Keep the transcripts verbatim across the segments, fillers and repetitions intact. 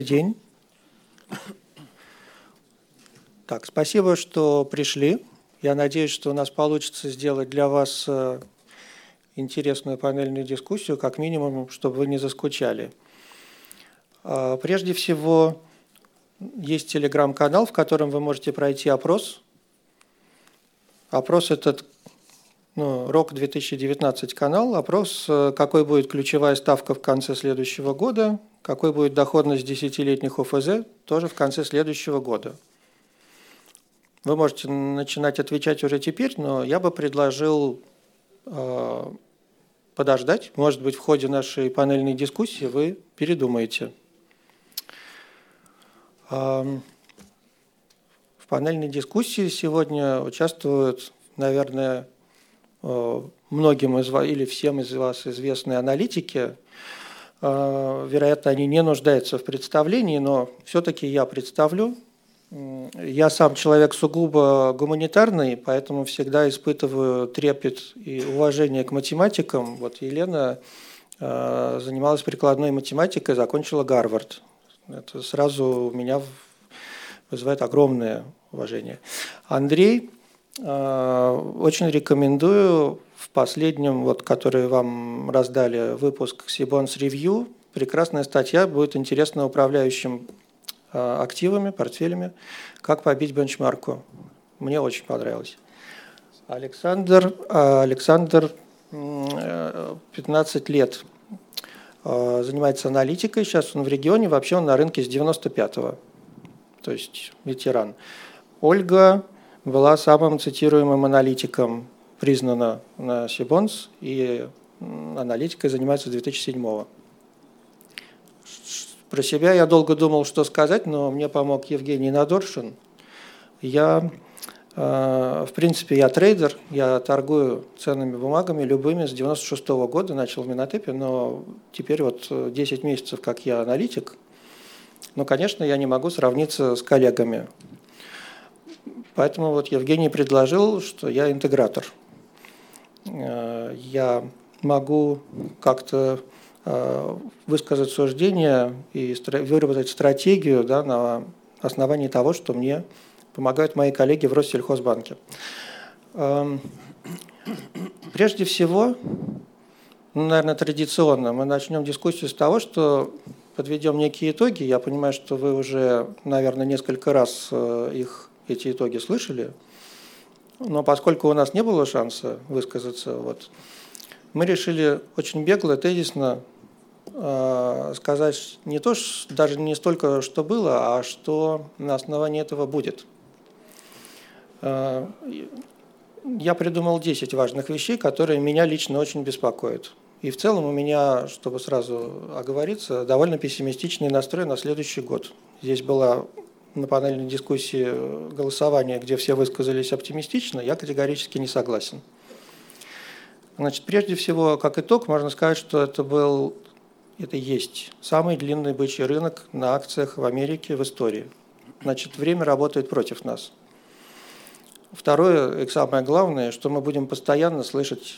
День. Так, спасибо, что пришли. Я надеюсь, что у нас получится сделать для вас интересную панельную дискуссию, как минимум, чтобы вы не заскучали. Прежде всего, есть телеграм-канал, в котором вы можете пройти опрос. Опрос этот, ну, рок две тысячи девятнадцать канал. Опрос, какой будет ключевая ставка в конце следующего года, какой будет доходность десятилетних О Ф З, тоже в конце следующего года. Вы можете начинать отвечать уже теперь, но я бы предложил э, подождать. Может быть, в ходе нашей панельной дискуссии вы передумаете. Э, в панельной дискуссии сегодня участвуют, наверное, э, многим из вас или всем из вас известные аналитики. Вероятно, они не нуждаются в представлении, но все-таки я представлю. Я сам человек сугубо гуманитарный, поэтому всегда испытываю трепет и уважение к математикам. Вот Елена занималась прикладной математикой, закончила Гарвард. Это сразу у меня вызывает огромное уважение. Андрей, очень рекомендую. В последнем, вот, который вам раздали, выпуск Сибонс Ревью, прекрасная статья, будет интересна управляющим активами, портфелями, как побить бенчмарку. Мне очень понравилось. Александр, Александр пятнадцать лет занимается аналитикой, сейчас он в регионе, вообще он на рынке с девяносто пятого, то есть ветеран. Ольга была самым цитируемым аналитиком, признана на Сибонс, и аналитикой занимается с две тысячи седьмого. Про себя я долго думал, что сказать, но мне помог Евгений Надоршин. Я, в принципе, я трейдер, я торгую ценными бумагами любыми с девяносто шестого года, начал в Минотепе, но теперь вот десять месяцев, как я аналитик. Но, конечно, я не могу сравниться с коллегами. Поэтому вот Евгений предложил, что я интегратор. Я могу как-то высказать суждение и выработать стратегию, да, на основании того, что мне помогают мои коллеги в Россельхозбанке. Прежде всего, ну, наверное, традиционно мы начнем дискуссию с того, что подведем некие итоги. Я понимаю, что вы уже, наверное, несколько раз их, эти итоги слышали. Но поскольку у нас не было шанса высказаться, вот, мы решили очень бегло, тезисно э, сказать не то, что, даже не столько, что было, а что на основании этого будет. Э, я придумал десять важных вещей, которые меня лично очень беспокоят. И в целом у меня, чтобы сразу оговориться, довольно пессимистичный настрой на следующий год. Здесь была на панельной дискуссии голосование, где все высказались оптимистично, я категорически не согласен. Значит, прежде всего, как итог, можно сказать, что это был, это есть самый длинный бычий рынок на акциях в Америке в истории. Значит, время работает против нас. Второе, и самое главное, что мы будем постоянно слышать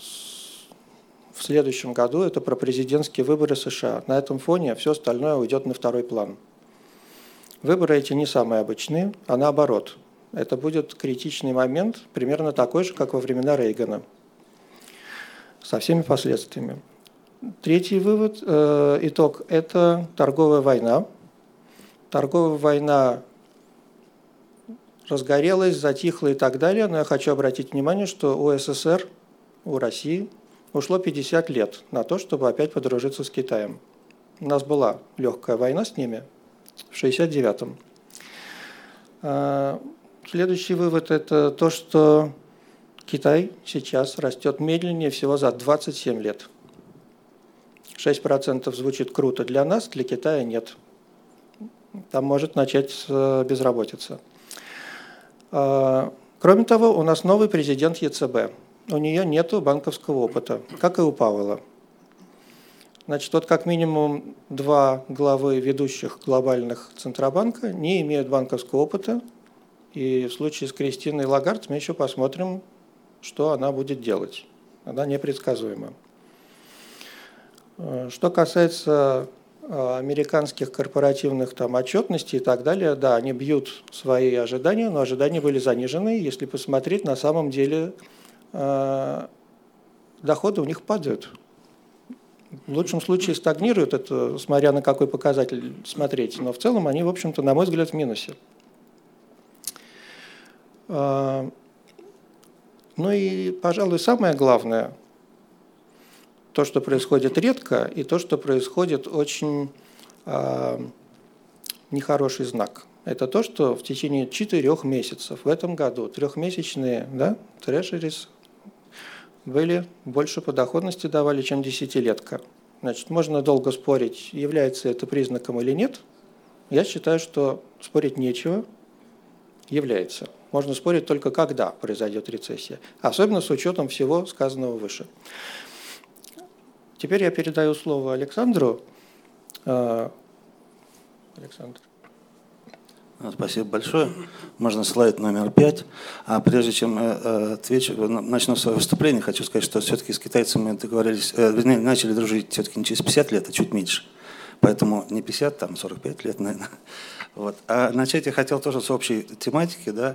в следующем году, это про президентские выборы США. На этом фоне все остальное уйдет на второй план. Выборы эти не самые обычные, а наоборот. Это будет критичный момент, примерно такой же, как во времена Рейгана, со всеми последствиями. Третий вывод, э, итог – это торговая война. Торговая война разгорелась, затихла и так далее, но я хочу обратить внимание, что у С С С Р, у России ушло пятьдесят лет на то, чтобы опять подружиться с Китаем. У нас была легкая война с ними в шестьдесят девятом. Следующий вывод – это то, что Китай сейчас растет медленнее всего за двадцать семь лет. шесть процентов звучит круто для нас, для Китая нет. Там может начать безработица. Кроме того, у нас новый президент Е Ц Б. У нее нет банковского опыта, как и у Пауэлла. Значит, вот как минимум два главы ведущих глобальных Центробанка не имеют банковского опыта. И в случае с Кристиной Лагард мы еще посмотрим, что она будет делать. Она непредсказуема. Что касается американских корпоративных там отчетностей и так далее, да, они бьют свои ожидания, но ожидания были занижены. Если посмотреть, на самом деле э, доходы у них падают. В лучшем случае стагнируют, это смотря на какой показатель смотреть, но в целом они, в общем-то, на мой взгляд, в минусе. Э, ну и, пожалуй, самое главное – то, что происходит редко, и то, что происходит очень э, нехороший знак. Это то, что в течение четырех месяцев в этом году трехмесячные, да, трежерис были больше по доходности давали, чем десятилетка. Значит, можно долго спорить, является это признаком или нет. Я считаю, что спорить нечего, является. Можно спорить только, когда произойдет рецессия, особенно с учетом всего сказанного выше. Теперь я передаю слово Александру. Александр. Спасибо большое. Можно слайд номер пять. А прежде чем я отвечу, начну свое выступление, хочу сказать, что все-таки с китайцами мы договорились, вернее, начали дружить все-таки не через пятьдесят лет, а чуть меньше. Поэтому не пятьдесят, там сорок пять лет, наверное. Вот. А начать я хотел тоже с общей тематики, да.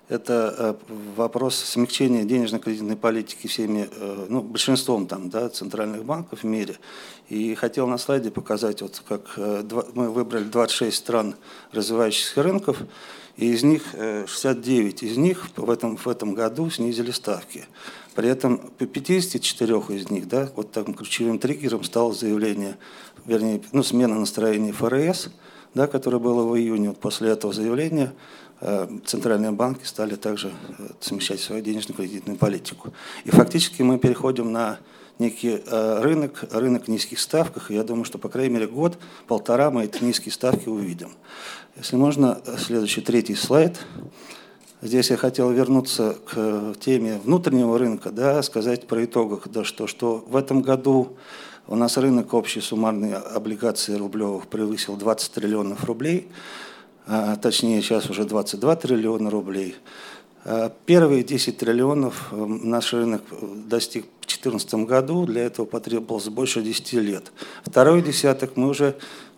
Это вопрос смягчения денежно-кредитной политики всеми, ну, большинством там, да, центральных банков в мире. И хотел на слайде показать, вот как мы выбрали двадцать шесть стран развивающихся рынков, и из них шестьдесят девять из них в этом, в этом году снизили ставки. При этом по пятидесяти четырём из них, да, вот таким ключевым триггером стало заявление, вернее, ну, смена настроения эф эр эс, да, которое было в июне. Вот после этого заявления центральные банки стали также смещать свою денежно-кредитную политику. И фактически мы переходим на некий рынок, рынок низких ставок, и я думаю, что, по крайней мере, год-полтора мы эти низкие ставки увидим. Если можно, следующий, третий слайд. Здесь я хотел вернуться к теме внутреннего рынка, да, сказать про итогах, да, что, что в этом году у нас рынок общей суммарной облигации рублевых превысил двадцать триллионов рублей, а, точнее сейчас уже двадцать два триллиона рублей. А, первые десять триллионов наш рынок достиг в две тысячи четырнадцатом году, для этого потребовалось больше десяти лет. Второй десяток мы уже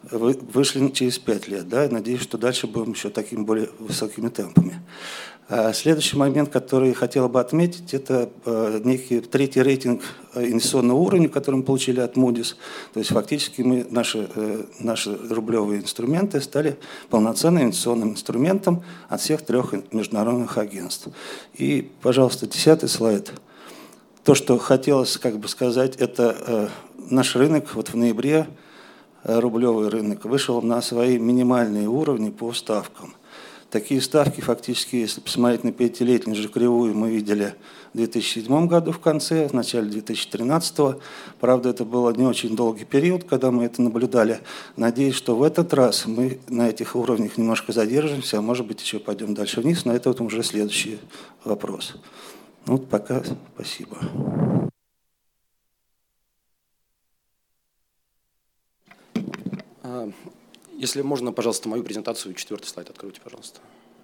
вышли через пять лет, да, надеюсь, что дальше будем еще такими более высокими темпами. Следующий момент, который я хотел бы отметить, это некий третий рейтинг инвестиционного уровня, который мы получили от Moody's. То есть фактически мы, наши, наши рублевые инструменты стали полноценным инвестиционным инструментом от всех трех международных агентств. И, пожалуйста, десятый слайд. То, что хотелось как бы сказать, это наш рынок вот в ноябре, рублевый рынок, вышел на свои минимальные уровни по ставкам. Такие ставки фактически, если посмотреть на пятилетнюю же кривую, мы видели в две тысячи седьмом году в конце, в начале две тысячи тринадцатого. Правда, это был не очень долгий период, когда мы это наблюдали. Надеюсь, что в этот раз мы на этих уровнях немножко задержимся, а может быть еще пойдем дальше вниз, но это вот уже следующий вопрос. Ну, вот пока спасибо. Если можно, пожалуйста, мою презентацию, четвертый слайд откройте, пожалуйста.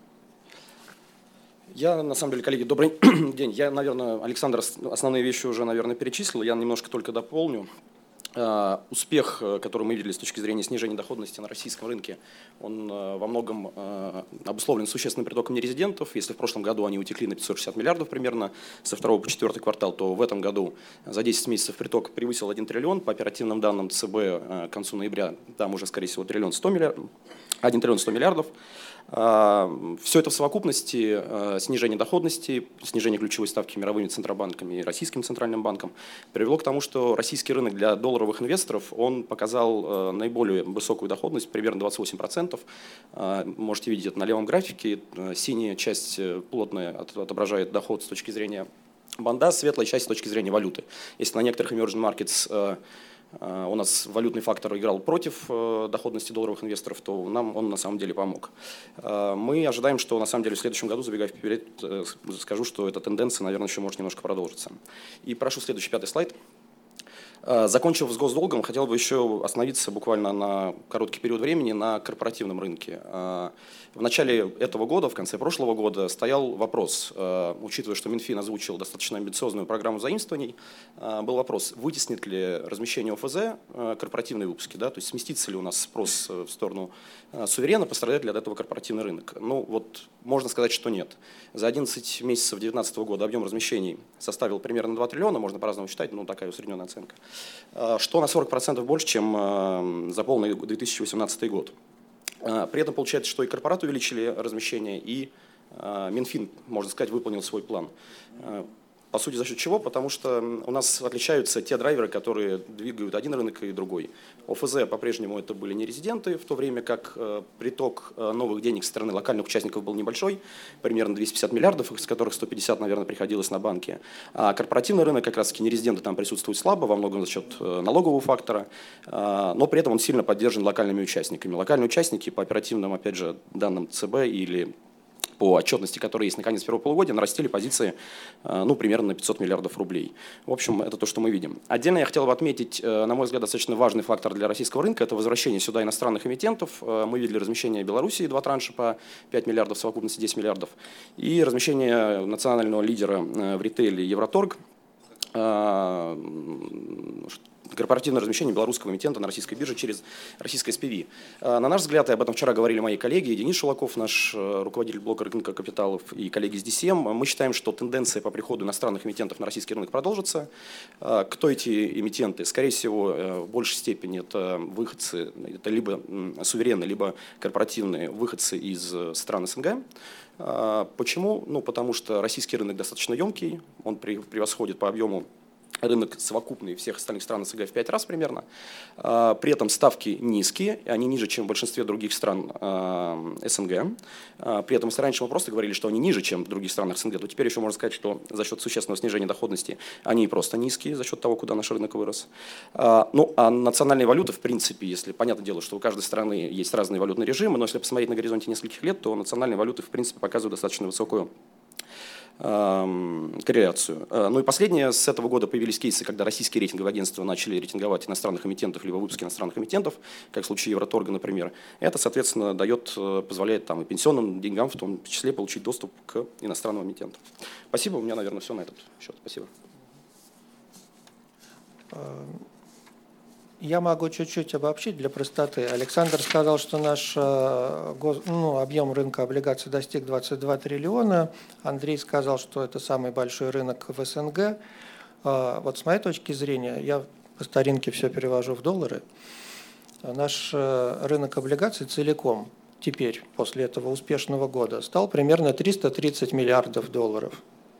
Я, на самом деле, коллеги, добрый день. Я, наверное, Александр основные вещи уже, наверное, перечислил. Я немножко только дополню. Успех, который мы видели с точки зрения снижения доходности на российском рынке, он во многом обусловлен существенным притоком нерезидентов. Если в прошлом году они утекли на пятьсот шестьдесят миллиардов примерно со второго по четвертый квартал, то в этом году за десять месяцев приток превысил один триллион. По оперативным данным ЦБ к концу ноября там уже, скорее всего, триллион сто миллиардов, один триллион сто миллиардов. Все это в совокупности, снижение доходности, снижение ключевой ставки мировыми центробанками и российским центральным банком, привело к тому, что российский рынок для долларовых инвесторов он показал наиболее высокую доходность, примерно двадцать восемь процентов. Можете видеть это на левом графике. Синяя часть плотная отображает доход с точки зрения банда, светлая часть с точки зрения валюты. Если на некоторых emerging markets у нас валютный фактор играл против доходности долларовых инвесторов, то нам он на самом деле помог. Мы ожидаем, что на самом деле в следующем году, забегая вперед, скажу, что эта тенденция, наверное, еще может немножко продолжиться. И прошу следующий, пятый слайд. Закончив с госдолгом, хотел бы еще остановиться буквально на короткий период времени на корпоративном рынке. В начале этого года, в конце прошлого года, стоял вопрос, учитывая, что Минфин озвучил достаточно амбициозную программу заимствований, был вопрос, вытеснит ли размещение ОФЗ корпоративные выпуски, да, то есть сместится ли у нас спрос в сторону суверена, пострадает ли от этого корпоративный рынок. Ну вот можно сказать, что нет. За одиннадцать месяцев две тысячи девятнадцатого года объем размещений составил примерно два триллиона, можно по-разному считать, но такая усредненная оценка, что на сорок процентов больше, чем за полный две тысячи восемнадцатый год. При этом получается, что и корпораты увеличили размещение, и Минфин, можно сказать, выполнил свой план. По сути, за счет чего? Потому что у нас отличаются те драйверы, которые двигают один рынок и другой. ОФЗ по-прежнему это были нерезиденты, в то время как приток новых денег со стороны локальных участников был небольшой, примерно двести пятьдесят миллиардов, из которых сто пятьдесят, наверное, приходилось на банки. А корпоративный рынок, как раз таки нерезиденты там присутствуют слабо, во многом за счет налогового фактора, но при этом он сильно поддержан локальными участниками. Локальные участники по оперативным, опять же, данным ЦБ или по отчетности, которые есть на конец первого полугодия, нарастили позиции ну, примерно на пятьсот миллиардов рублей. В общем, это то, что мы видим. Отдельно я хотел бы отметить, на мой взгляд, достаточно важный фактор для российского рынка – это возвращение сюда иностранных эмитентов. Мы видели размещение Белоруссии, два транша по пять миллиардов, в совокупности десять миллиардов, и размещение национального лидера в ритейле Евроторг, корпоративное размещение белорусского эмитента на российской бирже через российское эс пи ви. На наш взгляд, и об этом вчера говорили мои коллеги, Денис Шелаков, наш руководитель блока рынка капиталов, и коллеги из ди си эм, мы считаем, что тенденция по приходу иностранных эмитентов на российский рынок продолжится. Кто эти эмитенты? Скорее всего, в большей степени это выходцы, это либо суверенные, либо корпоративные выходцы из стран эс эн гэ. Почему? Ну, потому что российский рынок достаточно емкий, он превосходит по объему рынок совокупный всех остальных стран эс эн гэ в пять раз примерно. При этом ставки низкие, они ниже, чем в большинстве других стран эс эн гэ. При этом, если раньше мы просто говорили, что они ниже, чем в других странах эс эн гэ, то теперь еще можно сказать, что за счет существенного снижения доходности они просто низкие, за счет того, куда наш рынок вырос. Ну, а национальные валюты, в принципе, если, понятное дело, что у каждой страны есть разные валютные режимы, но если посмотреть на горизонте нескольких лет, то национальные валюты, в принципе, показывают достаточно высокую корреляцию. Ну и последнее, с этого года появились кейсы, когда российские рейтинговые агентства начали рейтинговать иностранных эмитентов, либо выпуски иностранных эмитентов, как в случае Евроторга, например. Это, соответственно, дает, позволяет там, и пенсионным деньгам в том числе получить доступ к иностранным эмитентам. Спасибо, у меня, наверное, все на этот счет. Спасибо. Я могу чуть-чуть обобщить для простоты. Александр сказал, что наш ну, объем рынка облигаций достиг двадцать два триллиона. Андрей сказал, что это самый большой рынок в эс эн гэ. Вот с моей точки зрения, я по старинке все перевожу в доллары, наш рынок облигаций целиком теперь, после этого успешного года, стал примерно триста тридцать миллиардов долларов.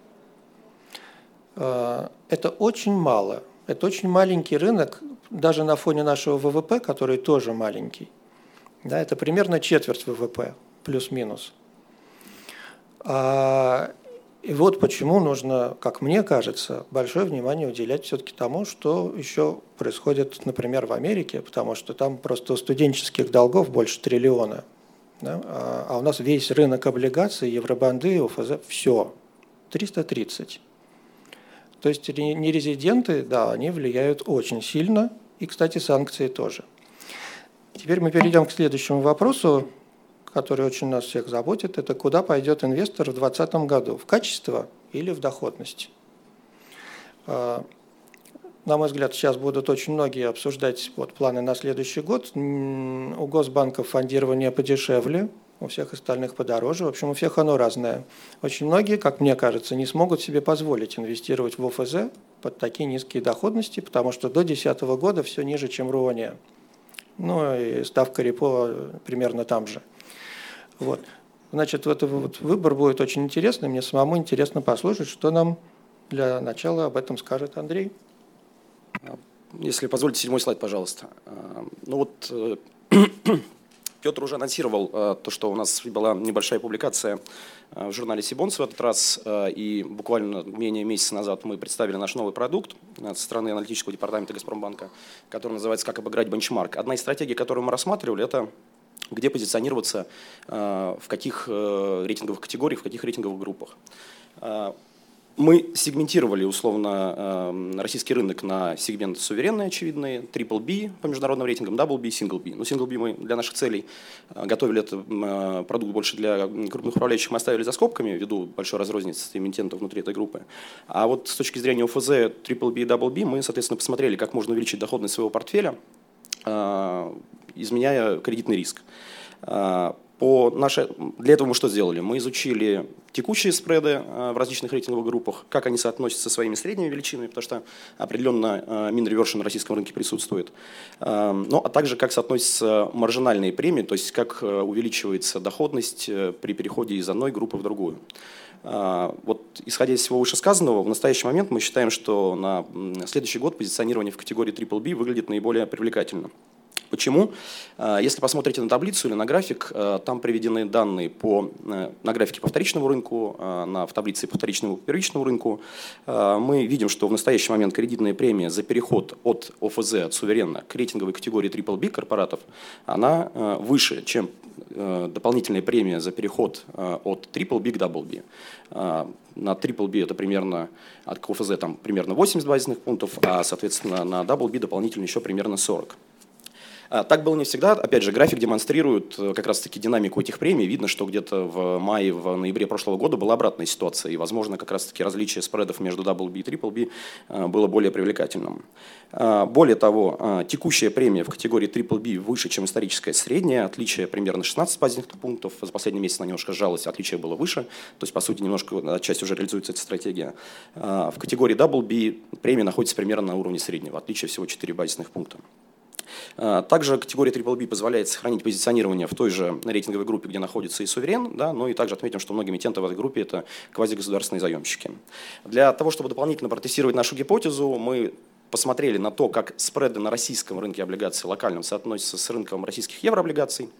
Это очень мало. Это очень маленький рынок, даже на фоне нашего вэ вэ пэ, который тоже маленький. Да, это примерно четверть вэ вэ пэ, плюс-минус. А, и вот почему нужно, как мне кажется, большое внимание уделять все-таки тому, что еще происходит, например, в Америке, потому что там просто у студенческих долгов больше триллиона. Да, а, а у нас весь рынок облигаций, евробанды, о эф зэ, все, триста тридцать. То есть нерезиденты, да, они влияют очень сильно, и, кстати, санкции тоже. Теперь мы перейдем к следующему вопросу, который очень нас всех заботит. Это куда пойдет инвестор в две тысячи двадцатом году, в качество или в доходность? На мой взгляд, сейчас будут очень многие обсуждать вот планы на следующий год. У госбанков фондирование подешевле, у всех остальных подороже. В общем, у всех оно разное. Очень многие, как мне кажется, не смогут себе позволить инвестировать в о эф зэ под такие низкие доходности, потому что до две тысячи десятого года все ниже, чем РУОНе. Ну и ставка репо примерно там же. Вот. Значит, вот этот вот выбор будет очень интересный. Мне самому интересно послушать, что нам для начала об этом скажет Андрей. Если позволите, седьмой слайд, пожалуйста. Ну вот Петр уже анонсировал то, что у нас была небольшая публикация в журнале Сибонс в этот раз, и буквально менее месяца назад мы представили наш новый продукт со стороны аналитического департамента Газпромбанка, который называется «Как обыграть бенчмарк». Одна из стратегий, которую мы рассматривали, это где позиционироваться, в каких рейтинговых категориях, в каких рейтинговых группах. Мы сегментировали условно российский рынок на сегменты суверенные, очевидные, трипл би по международным рейтингам, дабл би, сингл би. Но сингл би мы для наших целей готовили этот продукт больше для крупных управляющих, мы оставили за скобками ввиду большой разрозненности эмитентов внутри этой группы. А вот с точки зрения ОФЗ, трипл би и дабл би мы, соответственно, посмотрели, как можно увеличить доходность своего портфеля, изменяя кредитный риск. По нашей... Для этого мы что сделали? Мы изучили текущие спреды в различных рейтинговых группах, как они соотносятся со своими средними величинами, потому что определенно mean reversion на российском рынке присутствует. Ну, а также как соотносятся маржинальные премии, то есть как увеличивается доходность при переходе из одной группы в другую. Вот, исходя из всего вышесказанного, в настоящий момент мы считаем, что на следующий год позиционирование в категории трипл би выглядит наиболее привлекательно. Почему? Если посмотрите на таблицу или на график, там приведены данные по, на графике по вторичному рынку, на, в таблице по вторичному и первичному рынку. Мы видим, что в настоящий момент кредитная премия за переход от ОФЗ, от суверенна, к рейтинговой категории трипл би корпоратов, она выше, чем дополнительная премия за переход от трипл би к дабл би. На трипл би это примерно, от ОФЗ там примерно восемьдесят базисных пунктов, а соответственно на дабл би дополнительно еще примерно сорок. Так было не всегда. Опять же, график демонстрирует как раз-таки динамику этих премий. Видно, что где-то в мае, в ноябре прошлого года была обратная ситуация. И, возможно, как раз-таки различие спредов между дабл би и трипл би было более привлекательным. Более того, текущая премия в категории трипл би выше, чем историческая средняя. Отличие примерно шестнадцать базисных пунктов. За последний месяц она немножко сжалась, отличие было выше. То есть, по сути, немножко отчасти уже реализуется эта стратегия. В категории дабл би премия находится примерно на уровне среднего. Отличие всего четыре базисных пункта. Также категория трипл би позволяет сохранить позиционирование в той же рейтинговой группе, где находится и суверен, да, но и также отметим, что многие эмитенты в этой группе – это квазигосударственные заемщики. Для того, чтобы дополнительно протестировать нашу гипотезу, мы посмотрели на то, как спреды на российском рынке облигаций локальном соотносятся с рынком российских еврооблигаций.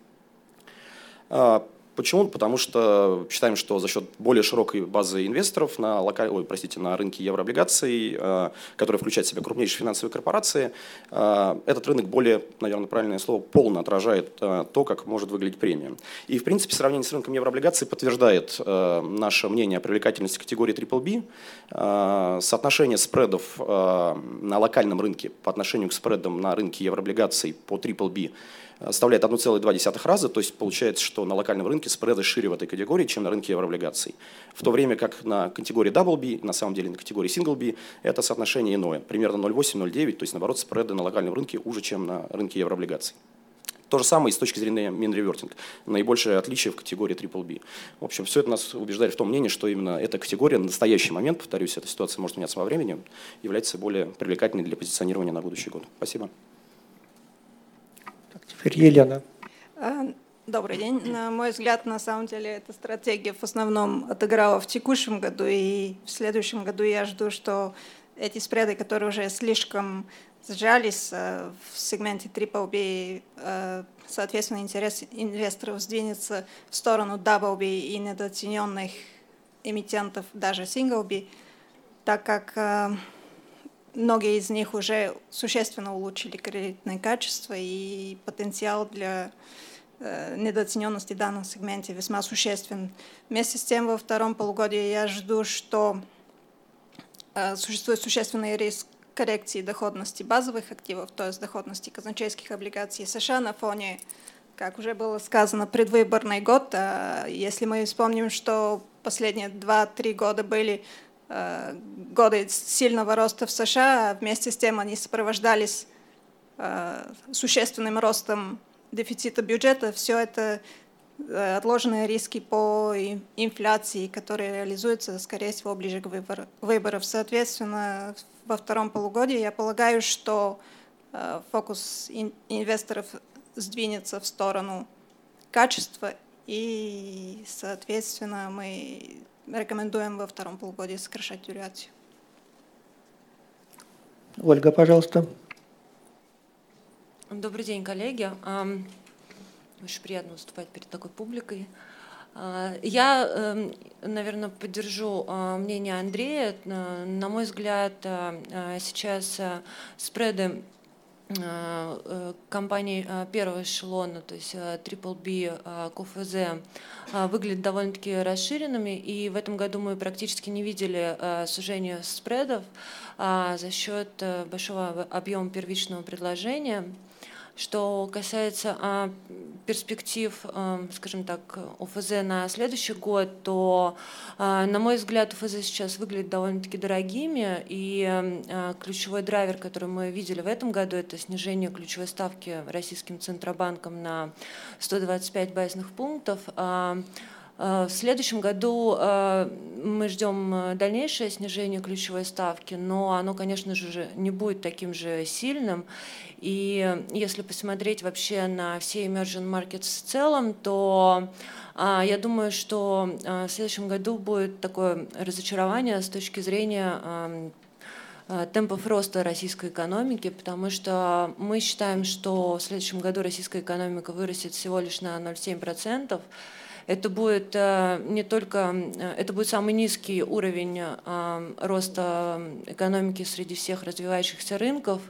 Почему? Потому что считаем, что за счет более широкой базы инвесторов на, локаль... Ой, простите, на рынке еврооблигаций, который включает в себя крупнейшие финансовые корпорации, этот рынок более, наверное, правильное слово, полно отражает то, как может выглядеть премия. И, в принципе, сравнение с рынком еврооблигаций подтверждает наше мнение о привлекательности категории трипл би. Соотношение спредов на локальном рынке по отношению к спредам на рынке еврооблигаций по трипл би составляет одна целая две десятых раза, то есть получается, что на локальном рынке спреды шире в этой категории, чем на рынке еврооблигаций. В то время как на категории дабл би, на самом деле на категории сингл би, это соотношение иное, примерно ноль целых восемь - ноль целых девять, то есть наоборот спреды на локальном рынке уже, чем на рынке еврооблигаций. То же самое и с точки зрения mean reverting. Наибольшее отличие в категории трипл би. В общем, все это нас убеждает в том мнении, что именно эта категория на настоящий момент, повторюсь, эта ситуация может меняться во времени, является более привлекательной для позиционирования на будущий год. Спасибо. Так, теперь Елена. Добрый день. На мой взгляд, на самом деле, эта стратегия в основном отыграла в текущем году, и в следующем году я жду, что эти спреды, которые уже слишком сжались в сегменте трипл би, соответственно, интерес инвесторов сдвинется в сторону дабл би и недооцененных эмитентов, даже сингл би, так как многие из них уже существенно улучшили кредитное качество, и потенциал для недооцененности в данном сегменте весьма существен. Вместе с тем, во втором полугодии я жду, что существует существенный риск коррекции доходности базовых активов, то есть доходности казначейских облигаций США на фоне, как уже было сказано, предвыборный год. Если мы вспомним, что последние два-три года были годы сильного роста в США, вместе с тем они сопровождались существенным ростом дефицита бюджета, все это отложенные риски по инфляции, которые реализуются, скорее всего, ближе к выборам. Соответственно, во втором полугодии я полагаю, что фокус инвесторов сдвинется в сторону качества, и, соответственно, мы рекомендуем во втором полугодии сокращать дюрацию. Ольга, пожалуйста. Добрый день, коллеги. Очень приятно выступать перед такой публикой. Я, наверное, поддержу мнение Андрея. На мой взгляд, сейчас спреды компаний первого эшелона, то есть Triple B, КФЗ, выглядят довольно-таки расширенными, и в этом году мы практически не видели сужения спредов за счет большого объема первичного предложения. Что касается перспектив, скажем так, ОФЗ на следующий год, то, на мой взгляд, ОФЗ сейчас выглядит довольно-таки дорогими, и ключевой драйвер, который мы видели в этом году, это снижение ключевой ставки российским Центробанком на сто двадцать пять базисных пунктов. В следующем году мы ждем дальнейшее снижение ключевой ставки, но оно, конечно же, не будет таким же сильным. И если посмотреть вообще на все emerging markets в целом, то я думаю, что в следующем году будет такое разочарование с точки зрения темпов роста российской экономики, потому что мы считаем, что в следующем году российская экономика вырастет всего лишь на ноль целых семь десятых процента. Это будет не только, это будет самый низкий уровень роста экономики среди всех развивающихся рынков.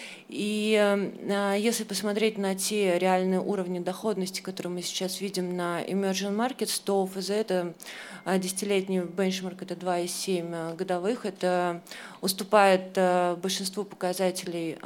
И если посмотреть на те реальные уровни доходности, которые мы сейчас видим на emerging markets, то ОФЗ это десятилетний бенчмарк, это два целых семь десятых годовых, это уступает большинству показателей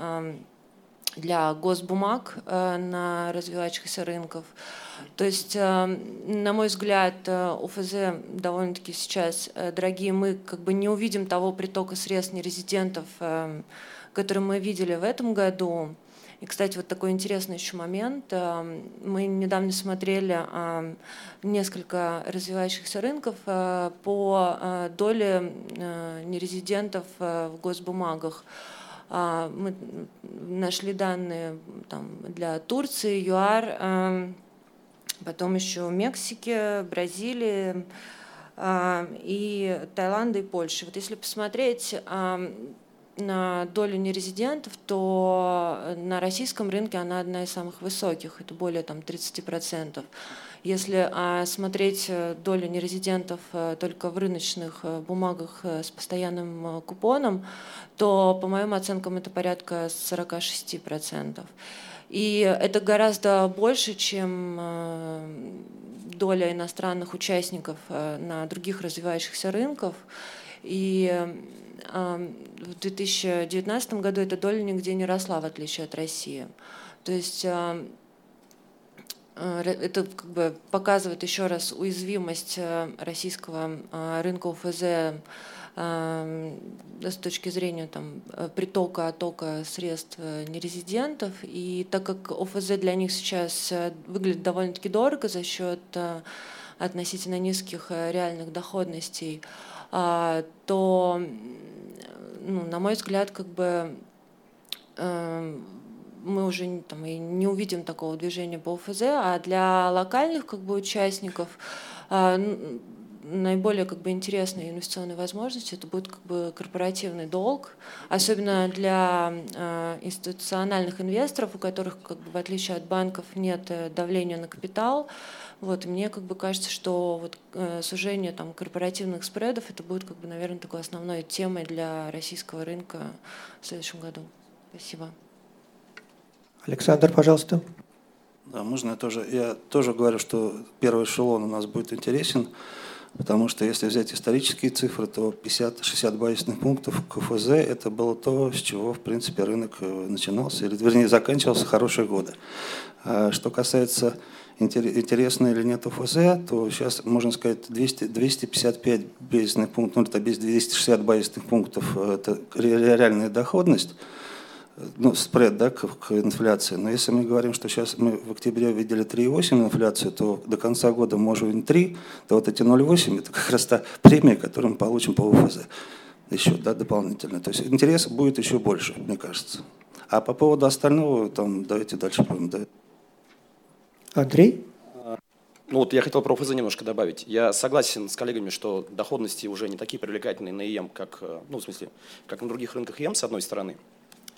для госбумаг на развивающихся рынках. То есть, на мой взгляд, ОФЗ довольно-таки сейчас дорогие. Мы как бы не увидим того притока средств нерезидентов, который мы видели в этом году. И, кстати, вот такой интересный еще момент. Мы недавно смотрели несколько развивающихся рынков по доле нерезидентов в госбумагах. Мы нашли данные там, для Турции, ЮАР, потом еще Мексики, Бразилии и Таиланда и Польши. Вот если посмотреть на долю нерезидентов, то на российском рынке она одна из самых высоких, это более там, тридцать процентов. Если а, смотреть долю нерезидентов а, только в рыночных а, бумагах а, с постоянным а, купоном, то, по моим оценкам, это порядка сорок шесть процентов. И это гораздо больше, чем а, доля иностранных участников а, на других развивающихся рынках. И а, в две тысячи девятнадцатом году эта доля нигде не росла, в отличие от России. То есть а, это как бы показывает еще раз уязвимость российского рынка ОФЗ с точки зрения там, притока, оттока средств нерезидентов. И так как ОФЗ для них сейчас выглядит довольно-таки дорого за счет относительно низких реальных доходностей, то, ну, на мой взгляд, как бы мы уже там, и не увидим такого движения по ОФЗ, а для локальных как бы, участников а, наиболее как бы, интересные инвестиционные возможности это будет как бы, корпоративный долг, особенно для а, институциональных инвесторов, у которых, как бы, в отличие от банков, нет давления на капитал. Вот, мне как бы, кажется, что вот, э, сужение там, корпоративных спредов это будет, как бы, наверное, такой основной темой для российского рынка в следующем году. Спасибо. Александр, пожалуйста. Да, можно я тоже? Я тоже говорю, что первый эшелон у нас будет интересен, потому что если взять исторические цифры, то пятьдесят-шестьдесят базисных пунктов КФЗ это было то, с чего, в принципе, рынок начинался, или, вернее, заканчивался хорошие годы. А что касается интересно или нет ОФЗ, то сейчас, можно сказать, двести, двести пятьдесят пять базисных пунктов, ну, это двести шестьдесят базисных пунктов, это реальная доходность, ну, спред, да, к, к инфляции. Но если мы говорим, что сейчас мы в октябре видели три целых восемь десятых инфляцию, то до конца года можем увидеть три, то вот эти ноль целых восемь десятых это как раз та премия, которую мы получим по ОФЗ. Еще, да, дополнительно. То есть интерес будет еще больше, мне кажется. А по поводу остального, там, давайте дальше будем. Да. Андрей? Ну вот я хотел про ОФЗ немножко добавить. Я согласен с коллегами, что доходности уже не такие привлекательные на ИЭМ, как, ну, в смысле, как на других рынках ИЭМ, с одной стороны.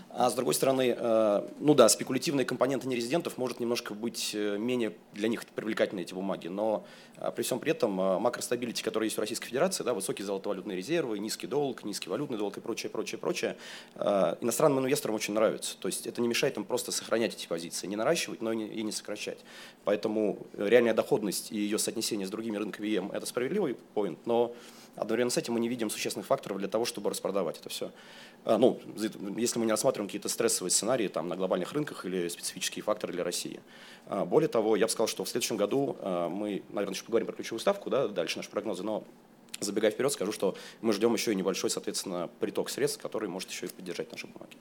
А с другой стороны, ну да, спекулятивные компоненты нерезидентов может немножко быть менее для них привлекательны эти бумаги, но при всем при этом макростабилити, который есть в Российской Федерации, да, высокие золотовалютные резервы, низкий долг, низкий валютный долг и прочее, прочее, прочее, иностранным инвесторам очень нравится. То есть это не мешает им просто сохранять эти позиции, не наращивать, но и не сокращать. Поэтому реальная доходность и ее соотнесение с другими рынками и эм – это справедливый поинт, но одновременно с этим мы не видим существенных факторов для того, чтобы распродавать это все. Ну, если мы не рассматриваем какие-то стрессовые сценарии там, на глобальных рынках или специфические факторы для России. Более того, я бы сказал, что в следующем году мы, наверное, еще поговорим про ключевую ставку, да, дальше наши прогнозы, но забегая вперед, скажу, что мы ждем еще и небольшой, соответственно, приток средств, который может еще и поддержать наши бумаги.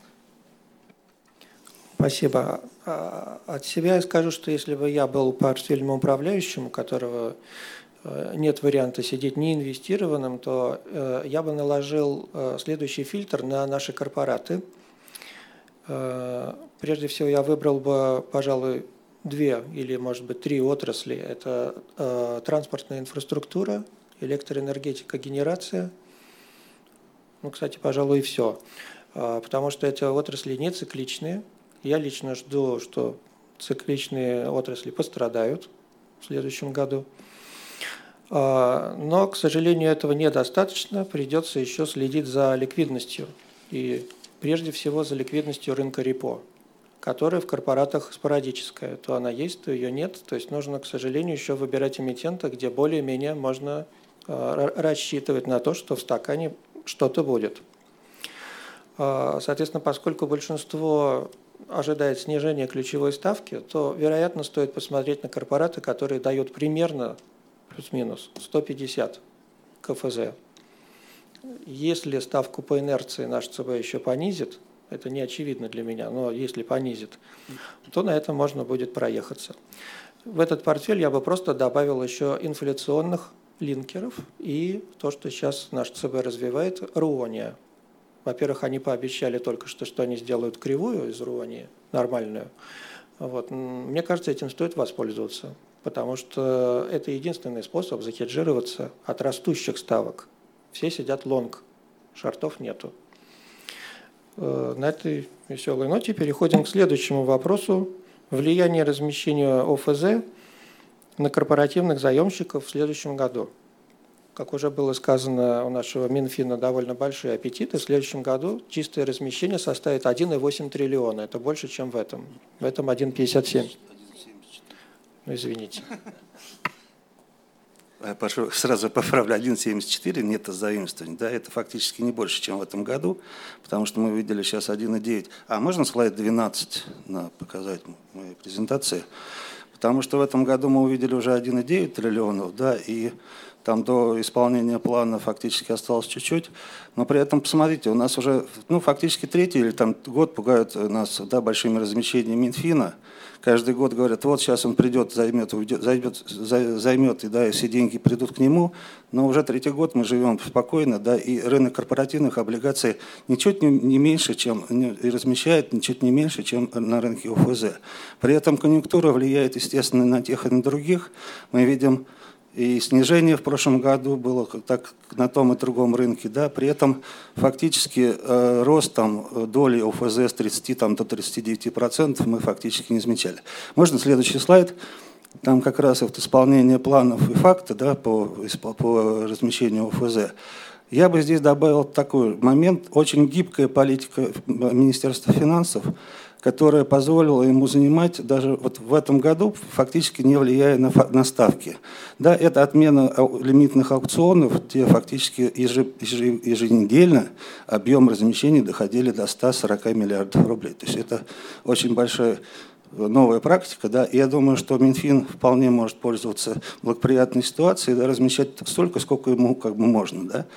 Спасибо. От себя я скажу, что если бы я был портфельным управляющим, у которого нет варианта сидеть неинвестированным, то э, я бы наложил э, следующий фильтр на наши корпораты. Э, прежде всего, я выбрал бы, пожалуй, две или, может быть, три отрасли. Это э, транспортная инфраструктура, электроэнергетика, генерация. Ну, кстати, пожалуй, и все. Э, потому что эти отрасли не цикличные. Я лично жду, что цикличные отрасли пострадают в следующем году. Но, к сожалению, этого недостаточно. Придется еще следить за ликвидностью. И прежде всего за ликвидностью рынка репо, которая в корпоратах спорадическая. То она есть, то ее нет. То есть нужно, к сожалению, еще выбирать эмитента, где более-менее можно рассчитывать на то, что в стакане что-то будет. Соответственно, поскольку большинство ожидает снижения ключевой ставки, то, вероятно, стоит посмотреть на корпораты, которые дают примерно плюс-минус сто пятьдесят ка эф зэ. Если ставку по инерции наш ЦБ еще понизит, это не очевидно для меня, но если понизит, то на этом можно будет проехаться. В этот портфель я бы просто добавил еще инфляционных линкеров и то, что сейчас наш ЦБ развивает, руония. Во-первых, они пообещали только что, что они сделают кривую из руонии, нормальную. Вот. Мне кажется, этим стоит воспользоваться, потому что это единственный способ захеджироваться от растущих ставок. Все сидят лонг, шортов нету. На этой веселой ноте переходим к следующему вопросу. Влияние размещения о эф зэ на корпоративных заемщиков в следующем году. Как уже было сказано, у нашего Минфина довольно большие аппетиты. В следующем году чистое размещение составит один целых восемь десятых триллиона. Это больше, чем в этом. В этом один целых пятьдесят семь. Ну, извините. Прошу, сразу поправлю, один целых семьдесят четыре нет заимствований. Да, это фактически не больше, чем в этом году, потому что мы видели сейчас один целых девять. А можно слайд двенадцать на показать моей презентации? Потому что в этом году мы увидели уже один целых девять триллионов, да, и там до исполнения плана фактически осталось чуть-чуть. Но при этом, посмотрите, у нас уже ну, фактически третий или там год пугают нас да, большими размещениями Минфина. Каждый год говорят, вот сейчас он придет, займет, уйдет, займет, займет и, да, и все деньги придут к нему. Но уже третий год мы живем спокойно, да, и рынок корпоративных облигаций ничуть не, не меньше, чем и размещает ничуть не меньше, чем на рынке о эф зэ. При этом конъюнктура влияет, естественно, на тех и на других. Мы видим и снижение в прошлом году было так на том и другом рынке. Да. При этом фактически э, рост там, доли о эф зэ с тридцати там, до тридцати девяти процентов мы фактически не замечали. Можно следующий слайд? Там как раз вот исполнение планов и факта да, по, по размещению о эф зэ. Я бы здесь добавил такой момент. Очень гибкая политика Министерства финансов, которая позволила ему занимать даже вот в этом году, фактически не влияя на, на ставки. Да, это отмена лимитных аукционов, где фактически еженедельно объем размещений доходили до ста сорока миллиардов рублей. То есть это очень большая новая практика, да, и я думаю, что Минфин вполне может пользоваться благоприятной ситуацией, да, размещать столько, сколько ему как бы можно, да,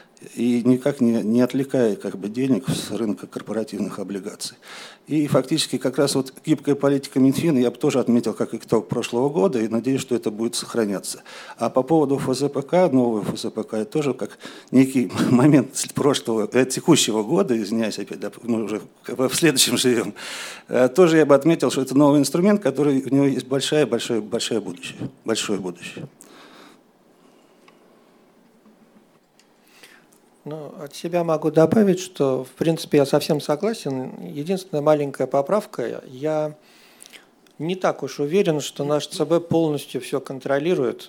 и никак не, не отвлекая как бы, денег с рынка корпоративных облигаций. И фактически как раз вот гибкая политика Минфина я бы тоже отметил как итог прошлого года и надеюсь, что это будет сохраняться. А по поводу эф зэ пэ ка, нового эф зэ пэ ка, это тоже как некий момент прошлого, э, текущего года, извиняюсь опять, да, мы уже в следующем живем, э, тоже я бы отметил, что это новый инструмент, который у него есть большое, большое, большое будущее, большое будущее. Ну, от себя могу добавить, что, в принципе, я совсем согласен. Единственная маленькая поправка. Я не так уж уверен, что наш ЦБ полностью все контролирует.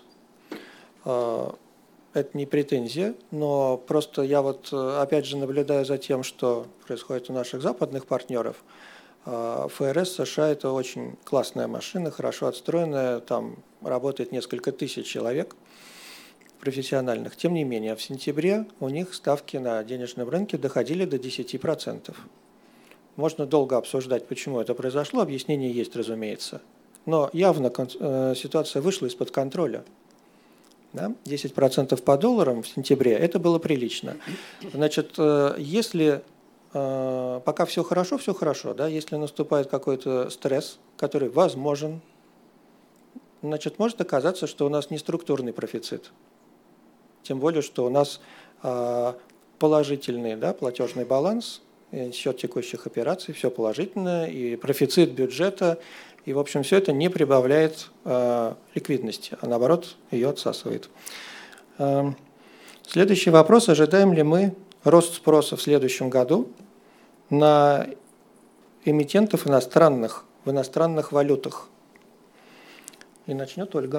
Это не претензия, но просто я вот опять же наблюдаю за тем, что происходит у наших западных партнеров. ФРС США – это очень классная машина, хорошо отстроенная, там работает несколько тысяч человек профессиональных. Тем не менее, в сентябре у них ставки на денежном рынке доходили до десяти процентов. Можно долго обсуждать, почему это произошло, объяснение есть, разумеется. Но явно ситуация вышла из-под контроля. Да? десять процентов по долларам в сентябре – это было прилично. Значит, если пока все хорошо, все хорошо. Да? Если наступает какой-то стресс, который возможен, значит, может оказаться, что у нас не структурный профицит. Тем более, что у нас положительный, да, платежный баланс, счет текущих операций, все положительно, и профицит бюджета, и, в общем, все это не прибавляет э, ликвидности, а наоборот ее отсасывает. Э, следующий вопрос. Ожидаем ли мы рост спроса в следующем году на эмитентов иностранных, в иностранных валютах? И начнет Ольга.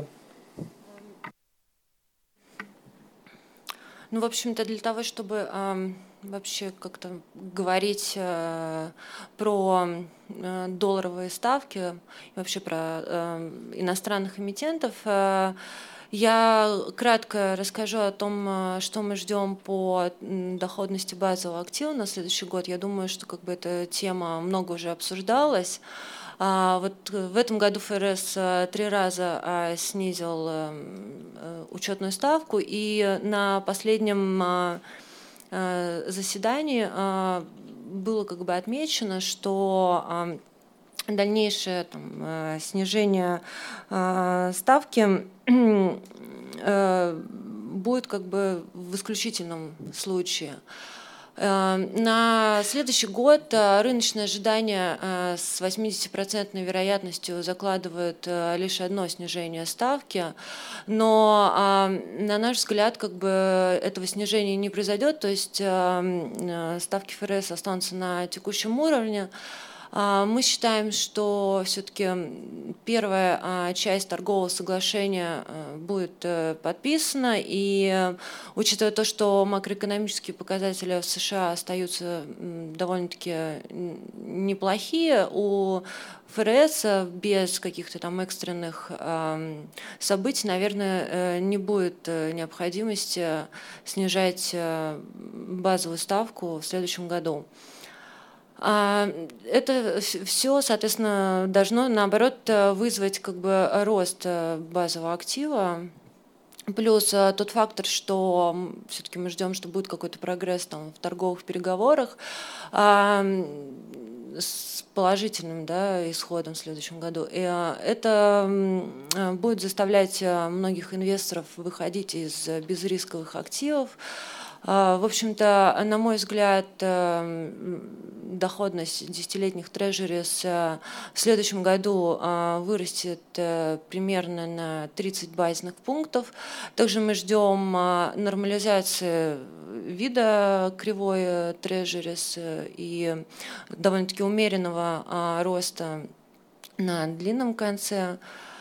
Ну, в общем-то, для того, чтобы э, вообще как-то говорить э, про э, долларовые ставки и вообще про э, иностранных эмитентов, э, я кратко расскажу о том, что мы ждем по доходности базового актива на следующий год. Я думаю, что как бы эта тема много уже обсуждалась. Вот в этом году ФРС три раза снизил учетную ставку, и на последнем заседании было как бы отмечено, что дальнейшее там, снижение ставки будет как бы в исключительном случае. На следующий год рыночные ожидания с восьмидесятипроцентной вероятностью закладывают лишь одно снижение ставки, но на наш взгляд как бы этого снижения не произойдет, то есть ставки ФРС останутся на текущем уровне. Мы считаем, что все-таки первая часть торгового соглашения будет подписана, и учитывая то, что макроэкономические показатели в США остаются довольно-таки неплохие, у ФРС без каких-то там экстренных событий, наверное, не будет необходимости снижать базовую ставку в следующем году. Это все, соответственно, должно, наоборот, вызвать как бы рост базового актива. Плюс тот фактор, что все-таки мы ждем, что будет какой-то прогресс там, в торговых переговорах с положительным, да, исходом в следующем году. И это будет заставлять многих инвесторов выходить из безрисковых активов. В общем-то, на мой взгляд, доходность десятилетних трежерис в следующем году вырастет примерно на тридцать базисных пунктов. Также мы ждем нормализации вида кривой трежерис и довольно-таки умеренного роста на длинном конце.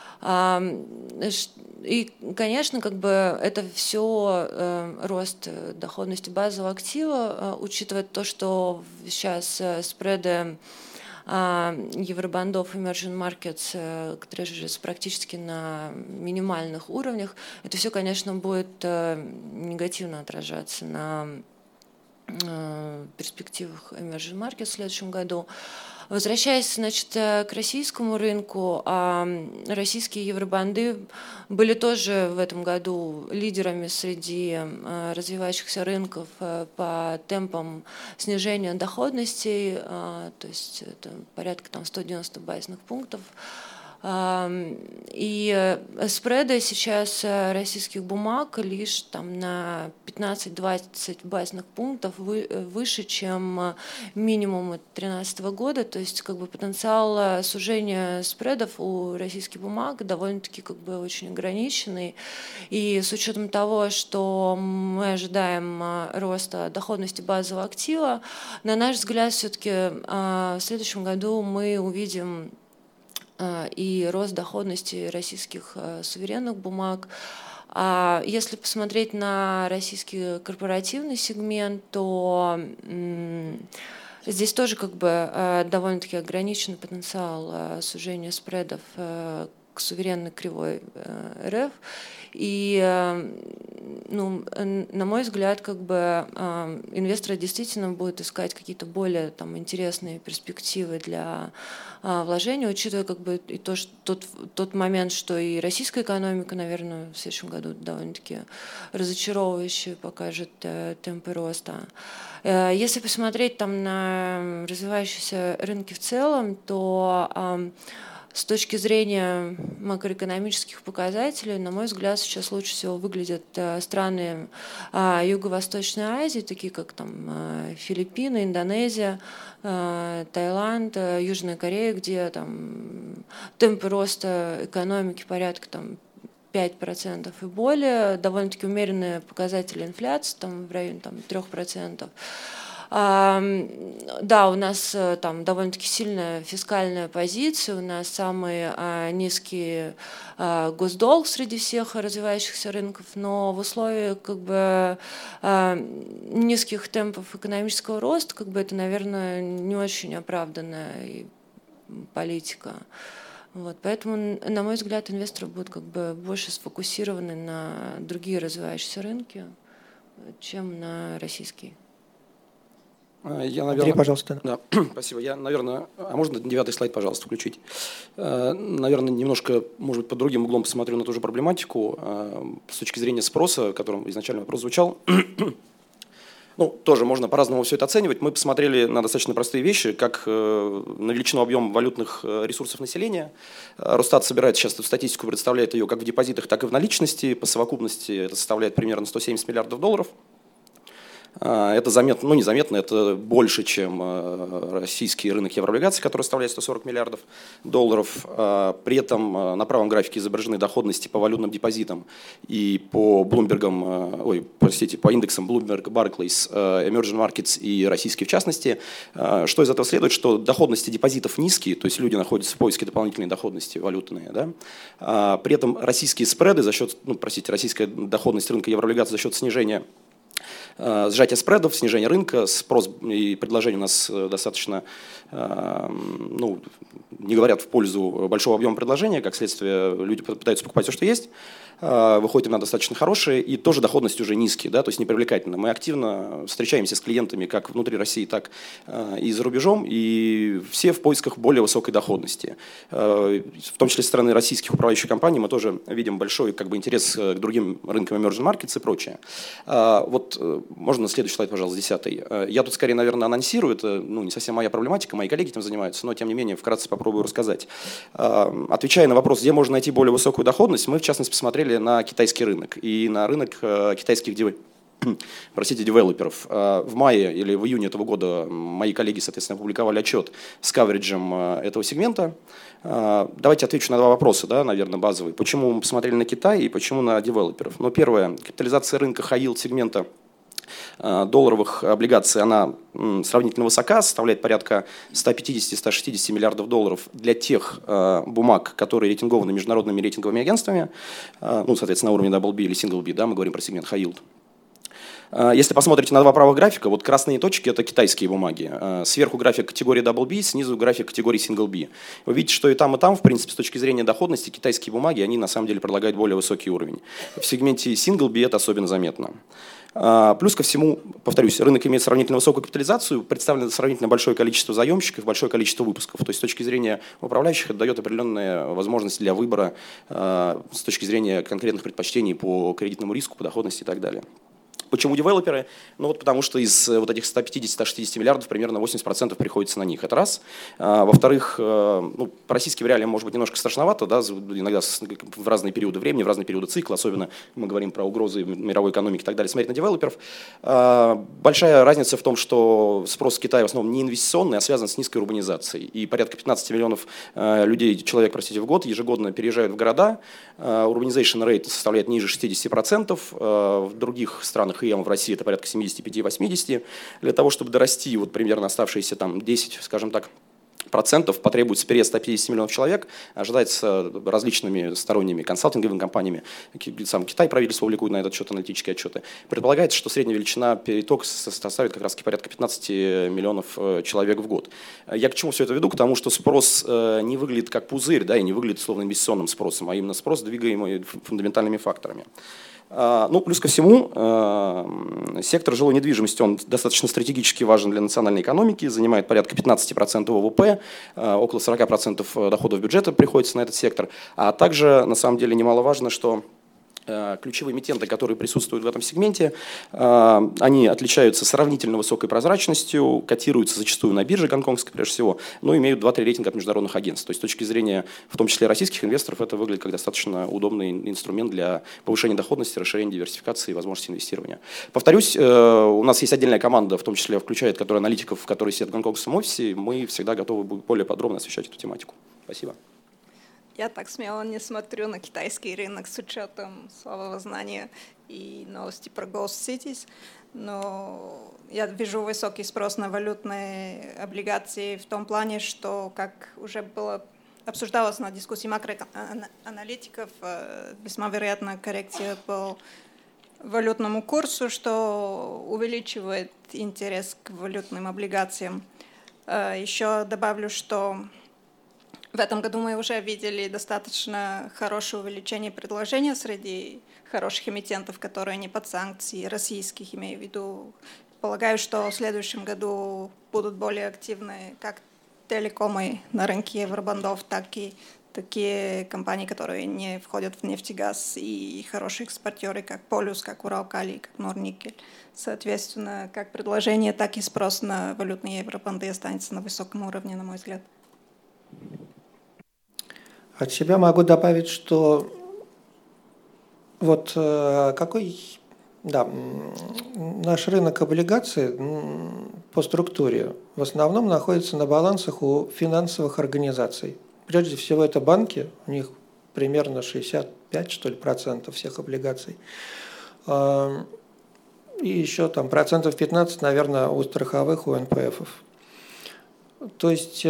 И, конечно, как бы это все э, рост доходности базового актива, э, учитывая то, что сейчас э, спреды э, евробандов Emerging Markets э, к Treasuries практически на минимальных уровнях. Это все, конечно, будет э, негативно отражаться на э, перспективах Emerging Markets в следующем году. Возвращаясь, значит, к российскому рынку, российские евробанды были тоже в этом году лидерами среди развивающихся рынков по темпам снижения доходностей, то есть это порядка там, сто девяносто базисных пунктов. И спреды сейчас российских бумаг лишь там на пятнадцать-двадцать базисных пунктов выше, чем минимум две тысячи тринадцатого года. То есть как бы потенциал сужения спредов у российских бумаг довольно-таки как бы очень ограниченный. И с учетом того, что мы ожидаем роста доходности базового актива, на наш взгляд, все-таки в следующем году мы увидим и рост доходности российских суверенных бумаг. А если посмотреть на российский корпоративный сегмент, то здесь тоже как бы довольно-таки ограниченный потенциал сужения спредов к суверенной кривой РФ. И, ну, на мой взгляд, как бы инвесторы действительно будут искать какие-то более там интересные перспективы для вложения, учитывая как бы и то, что тот, тот момент, что и российская экономика, наверное, в следующем году довольно-таки разочаровывающие покажет темпы роста. Если посмотреть там на развивающиеся рынки в целом, то с точки зрения макроэкономических показателей, на мой взгляд, сейчас лучше всего выглядят страны Юго-Восточной Азии, такие как там Филиппины, Индонезия, Таиланд, Южная Корея, где там темпы роста экономики порядка там пять процентов и более, довольно-таки умеренные показатели инфляции там в районе там трех процентов. Да, у нас там довольно-таки сильная фискальная позиция, у нас самый а, низкий а, госдолг среди всех развивающихся рынков, но в условиях как бы а, низких темпов экономического роста, как бы это, наверное, не очень оправданная политика. Вот, поэтому, на мой взгляд, инвесторы будут как бы больше сфокусированы на другие развивающиеся рынки, чем на российские. Я, наверное, Андрей, пожалуйста. Да, спасибо. Я, наверное, а можно девятый слайд, пожалуйста, включить? Наверное, немножко, может быть, под другим углом посмотрю на ту же проблематику с точки зрения спроса, о котором изначально вопрос звучал. Ну, тоже можно по-разному все это оценивать. Мы посмотрели на достаточно простые вещи, как на величину объема валютных ресурсов населения. Росстат собирает сейчас эту статистику, представляет ее как в депозитах, так и в наличности. По совокупности это составляет примерно сто семьдесят миллиардов долларов. Это заметно, ну незаметно, это больше, чем российский рынок еврооблигаций, который составляет сто сорок миллиардов долларов. При этом на правом графике изображены доходности по валютным депозитам и по Bloomberg, ой, простите, по индексам Bloomberg, Barclays, Emerging Markets и российские в частности. Что из этого следует? Что доходности депозитов низкие, то есть люди находятся в поиске дополнительной доходности валютные. Да? При этом российские спреды за счет, ну, простите, российская доходность рынка еврооблигаций за счет снижения сжатие спредов, снижение рынка, спрос и предложение у нас достаточно, ну, не говорят в пользу большого объема предложения, как следствие люди пытаются покупать все, что есть, выходит им на достаточно хорошие, и тоже доходность уже низкие, да, то есть непривлекательно. Мы активно встречаемся с клиентами как внутри России, так и за рубежом, и все в поисках более высокой доходности. В том числе со стороны российских управляющих компаний мы тоже видим большой как бы, интерес к другим рынкам emerging markets и прочее. Вот можно следующий слайд, пожалуйста, десятый. Я тут скорее, наверное, анонсирую, это ну, не совсем моя проблематика, мои коллеги этим занимаются, но тем не менее вкратце попробую рассказать. Отвечая на вопрос, где можно найти более высокую доходность, мы в частности посмотрели на китайский рынок и на рынок китайских девелоперов. Простите, девелоперов. В мае или в июне этого года мои коллеги, соответственно, опубликовали отчет с кавериджем этого сегмента. Давайте отвечу на два вопроса, да, наверное, базовые. Почему мы посмотрели на Китай и почему на девелоперов? Ну, первое, капитализация рынка high-yield сегмента долларовых облигаций, она сравнительно высока, составляет порядка сто пятьдесят - сто шестьдесят миллиардов долларов для тех бумаг, которые рейтингованы международными рейтинговыми агентствами, ну, соответственно, на уровне дабл би или сингл би, да, мы говорим про сегмент high yield. Если посмотрите на два правых графика, вот красные точки – это китайские бумаги. Сверху график категории дабл би, снизу график категории сингл би. Вы видите, что и там, и там, в принципе, с точки зрения доходности, китайские бумаги, они на самом деле предлагают более высокий уровень. В сегменте сингл би это особенно заметно. Плюс ко всему, повторюсь, рынок имеет сравнительно высокую капитализацию, представлено сравнительно большое количество заемщиков, большое количество выпусков. То есть с точки зрения управляющих это дает определенные возможности для выбора с точки зрения конкретных предпочтений по кредитному риску, по доходности и так далее. Почему девелоперы? Ну вот потому что из вот этих ста пятидесяти — ста шестидесяти миллиардов примерно восемьдесят процентов приходится на них. Это раз. А, во-вторых, ну, по российским реалиям может быть немножко страшновато, да, иногда в разные периоды времени, в разные периоды цикла, особенно мы говорим про угрозы мировой экономики и так далее, смотреть на девелоперов. А, большая разница в том, что спрос в Китае в основном не инвестиционный, а связан с низкой урбанизацией. И порядка пятнадцати миллионов людей, человек, простите, в год ежегодно переезжают в города. Urbanization rate составляет ниже шестидесяти процентов. В других странах ИЭМ, в России, это порядка семидесяти пяти — восьмидесяти. Для того, чтобы дорасти вот примерно оставшиеся там десять, скажем так, процентов, потребуется переезд ста пятидесяти миллионов человек, ожидается различными сторонними консалтинговыми компаниями. Сам Китай правительство публикует на этот счет аналитические отчеты. Предполагается, что средняя величина перетока составит как раз порядка пятнадцати миллионов человек в год. Я к чему все это веду? К тому, что спрос не выглядит как пузырь, да, и не выглядит словно инвестиционным спросом, а именно спрос, двигаемый фундаментальными факторами. Ну, плюс ко всему, сектор жилой недвижимости, он достаточно стратегически важен для национальной экономики, занимает порядка пятнадцати процентов ВВП, около сорока процентов доходов бюджета приходится на этот сектор. А также, на самом деле, немаловажно, что ключевые эмитенты, которые присутствуют в этом сегменте, они отличаются сравнительно высокой прозрачностью, котируются зачастую на бирже гонконгской прежде всего, но имеют два-три рейтинга от международных агентств. То есть с точки зрения, в том числе российских инвесторов, это выглядит как достаточно удобный инструмент для повышения доходности, расширения диверсификации и возможности инвестирования. Повторюсь, у нас есть отдельная команда, в том числе включает, которая аналитиков, которые сидят в гонконгском офисе, мы всегда готовы более подробно освещать эту тематику. Спасибо. Я так смело не смотрю на китайский рынок с учетом слабого знания и новости про Ghost Cities, но я вижу высокий спрос на валютные облигации в том плане, что, как уже было обсуждалось на дискуссии макроаналитиков, весьма вероятно коррекция по валютному курсу, что увеличивает интерес к валютным облигациям. Еще добавлю, что в этом году мы уже видели достаточно хорошее увеличение предложения среди хороших эмитентов, которые не под санкции, российских, имею в виду. Полагаю, что в следующем году будут более активны как телекомы на рынке евробандов, так и такие компании, которые не входят в нефтегаз, и хорошие экспортеры, как Полюс, как Уралкалий, как Норникель. Соответственно, как предложение, так и спрос на валютные евробанды останется на высоком уровне, на мой взгляд. От себя могу добавить, что вот какой, да, наш рынок облигаций по структуре в основном находится на балансах у финансовых организаций. Прежде всего это банки, у них примерно шестьдесят пять, что ли, процентов всех облигаций. И еще там процентов пятнадцать, наверное, у страховых, у эн пэ эфов. То есть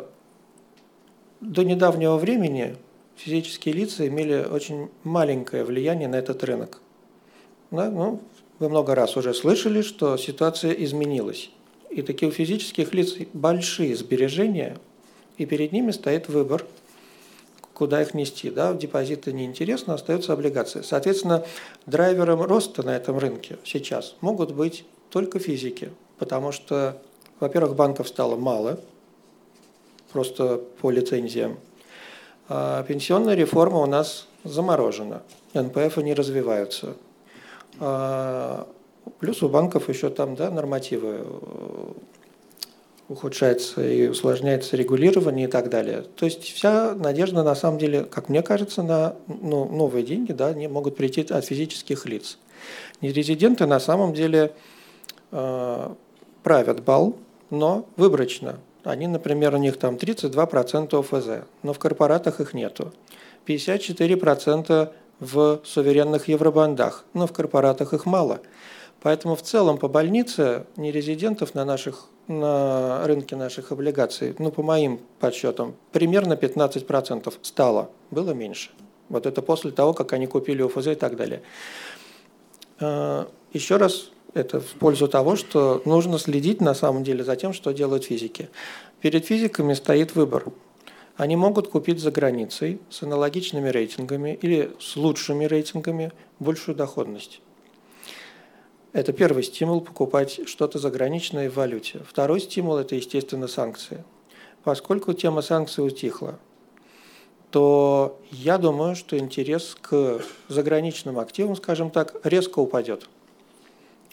до недавнего времени физические лица имели очень маленькое влияние на этот рынок. Да, ну, вы много раз уже слышали, что ситуация изменилась. И такие у физических лиц большие сбережения, и перед ними стоит выбор, куда их нести. Да, в депозиты неинтересно, остаются облигации. Соответственно, драйвером роста на этом рынке сейчас могут быть только физики, потому что, во-первых, банков стало мало, просто по лицензиям. А пенсионная реформа у нас заморожена, эн пэ эфы не развиваются. А плюс у банков еще там, да, нормативы ухудшается и усложняется регулирование и так далее. То есть вся надежда, на самом деле, как мне кажется, на ну, новые деньги, да, они могут прийти от физических лиц. Нерезиденты на самом деле э, правят бал, но выборочно. Они, например, у них там тридцать два процента о эф зэ, но в корпоратах их нету. пятьдесят четыре процента в суверенных евробандах, но в корпоратах их мало. Поэтому в целом по больнице нерезидентов на, наших, на рынке наших облигаций, ну по моим подсчетам, примерно пятнадцать процентов стало, было меньше. Вот это после того, как они купили о эф зэ и так далее. Еще раз, это в пользу того, что нужно следить на самом деле за тем, что делают физики. Перед физиками стоит выбор. Они могут купить за границей с аналогичными рейтингами или с лучшими рейтингами большую доходность. Это первый стимул покупать что-то заграничное в валюте. Второй стимул – это, естественно, санкции. Поскольку тема санкций утихла, то я думаю, что интерес к заграничным активам, скажем так, резко упадет.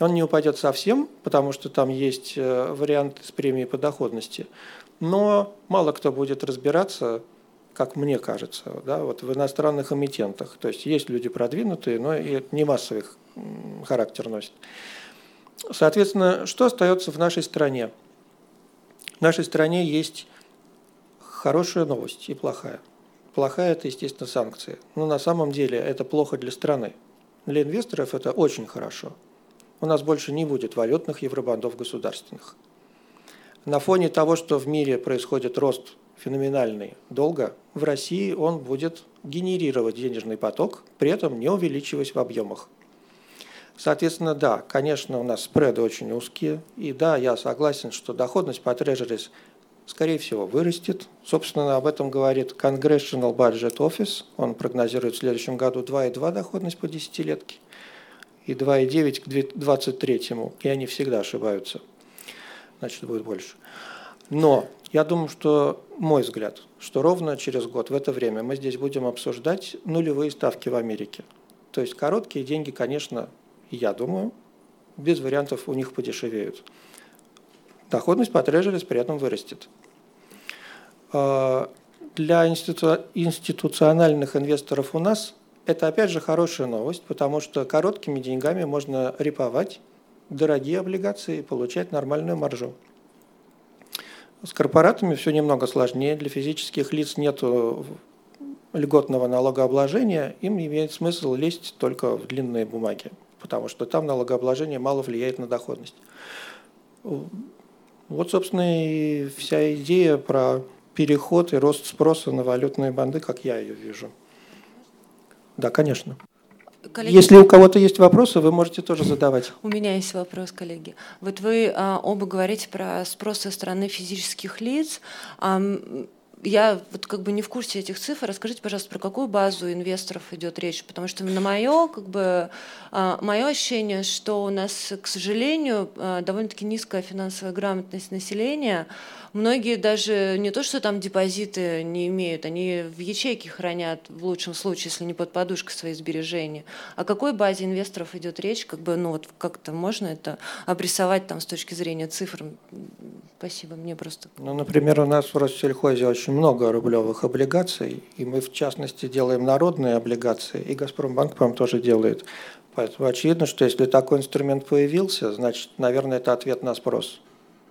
Он не упадет совсем, потому что там есть вариант с премией по доходности. Но мало кто будет разбираться, как мне кажется, да, вот в иностранных эмитентах. То есть есть люди продвинутые, но и не массовый характер носит. Соответственно, что остается в нашей стране? В нашей стране есть хорошая новость и плохая. Плохая – это, естественно, санкции. Но на самом деле это плохо для страны. Для инвесторов это очень хорошо. У нас больше не будет валютных евробондов государственных. На фоне того, что в мире происходит рост феноменальный долга, в России он будет генерировать денежный поток, при этом не увеличиваясь в объемах. Соответственно, да, конечно, у нас спреды очень узкие, и да, я согласен, что доходность по трежерис, скорее всего, вырастет. Собственно, об этом говорит Congressional Budget Office, он прогнозирует в следующем году два и два доходность по десятилетке и два и девять к двадцать третьему, и они всегда ошибаются, значит, будет больше. Но я думаю, что, мой взгляд, что ровно через год в это время мы здесь будем обсуждать нулевые ставки в Америке. То есть короткие деньги, конечно, я думаю, без вариантов у них подешевеют. Доходность по трежерис при этом вырастет. Для институ... институциональных инвесторов у нас это опять же хорошая новость, потому что короткими деньгами можно реповать дорогие облигации и получать нормальную маржу. С корпоратами все немного сложнее. Для физических лиц нет льготного налогообложения, им имеет смысл лезть только в длинные бумаги, потому что там налогообложение мало влияет на доходность. Вот, собственно, и вся идея про переход и рост спроса на валютные бонды, как я ее вижу. Да, конечно. Коллеги, если у кого-то есть вопросы, вы можете тоже задавать. У меня есть вопрос, коллеги. Вот вы а, оба говорите про спрос со стороны физических лиц. А, я вот как бы не в курсе этих цифр. Расскажите, пожалуйста, про какую базу инвесторов идет речь? Потому что на мое, как бы, а, мое ощущение, что у нас, к сожалению, а, довольно-таки низкая финансовая грамотность населения. Многие даже не то, что там депозиты не имеют, они в ячейке хранят, в лучшем случае, если не под подушкой, свои сбережения. О какой базе инвесторов идет речь? Как бы, ну вот как-то можно это обрисовать там с точки зрения цифр? Спасибо, мне просто... Ну, например, у нас в Россельхозе очень много рублевых облигаций, и мы, в частности, делаем народные облигации, и Газпромбанк, по-моему, тоже делает. Поэтому очевидно, что если такой инструмент появился, значит, наверное, это ответ на спрос.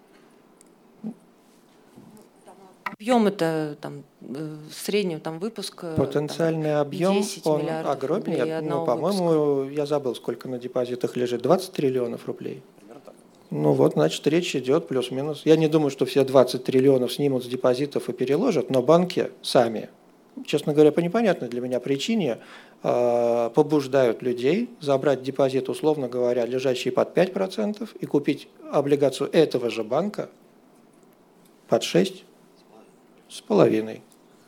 Объем это там среднего там выпуска. Потенциальный там, объем он огромен. Ну, по-моему, я забыл, сколько на депозитах лежит. двадцать триллионов рублей. Ну вот, значит, речь идет плюс-минус. Я не думаю, что все двадцать триллионов снимут с депозитов и переложат, но банки сами, честно говоря, по непонятной для меня причине, побуждают людей забрать депозит, условно говоря, лежащий под пять процентов, и купить облигацию этого же банка под шесть процентов. С половиной.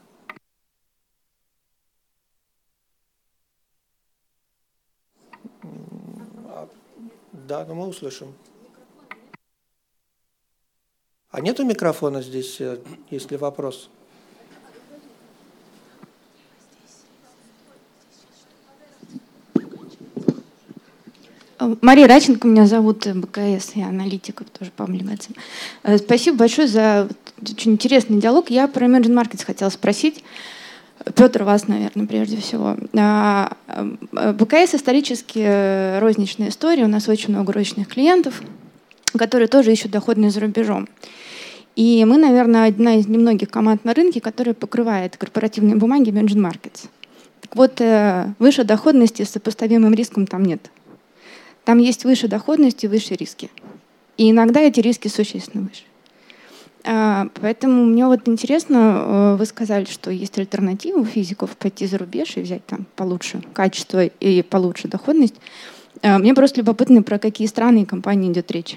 Да, но мы услышим. А нету микрофона здесь, если вопрос? Мария Радченко меня зовут, БКС, я аналитик тоже по облигациям. Спасибо большое за очень интересный диалог. Я про Emerging Markets хотела спросить. Петр, вас, наверное, прежде всего. БКС исторически розничная история. У нас очень много розничных клиентов, которые тоже ищут доходность за рубежом. И мы, наверное, одна из немногих команд на рынке, которая покрывает корпоративные бумаги Emerging Markets. Так вот, выше доходности с сопоставимым риском там нет. Там есть выше доходность и выше риски. И иногда эти риски существенно выше. Поэтому мне вот интересно, вы сказали, что есть альтернатива у физиков пойти за рубеж и взять там получше качество и получше доходность. Мне просто любопытно, про какие страны и компании идет речь.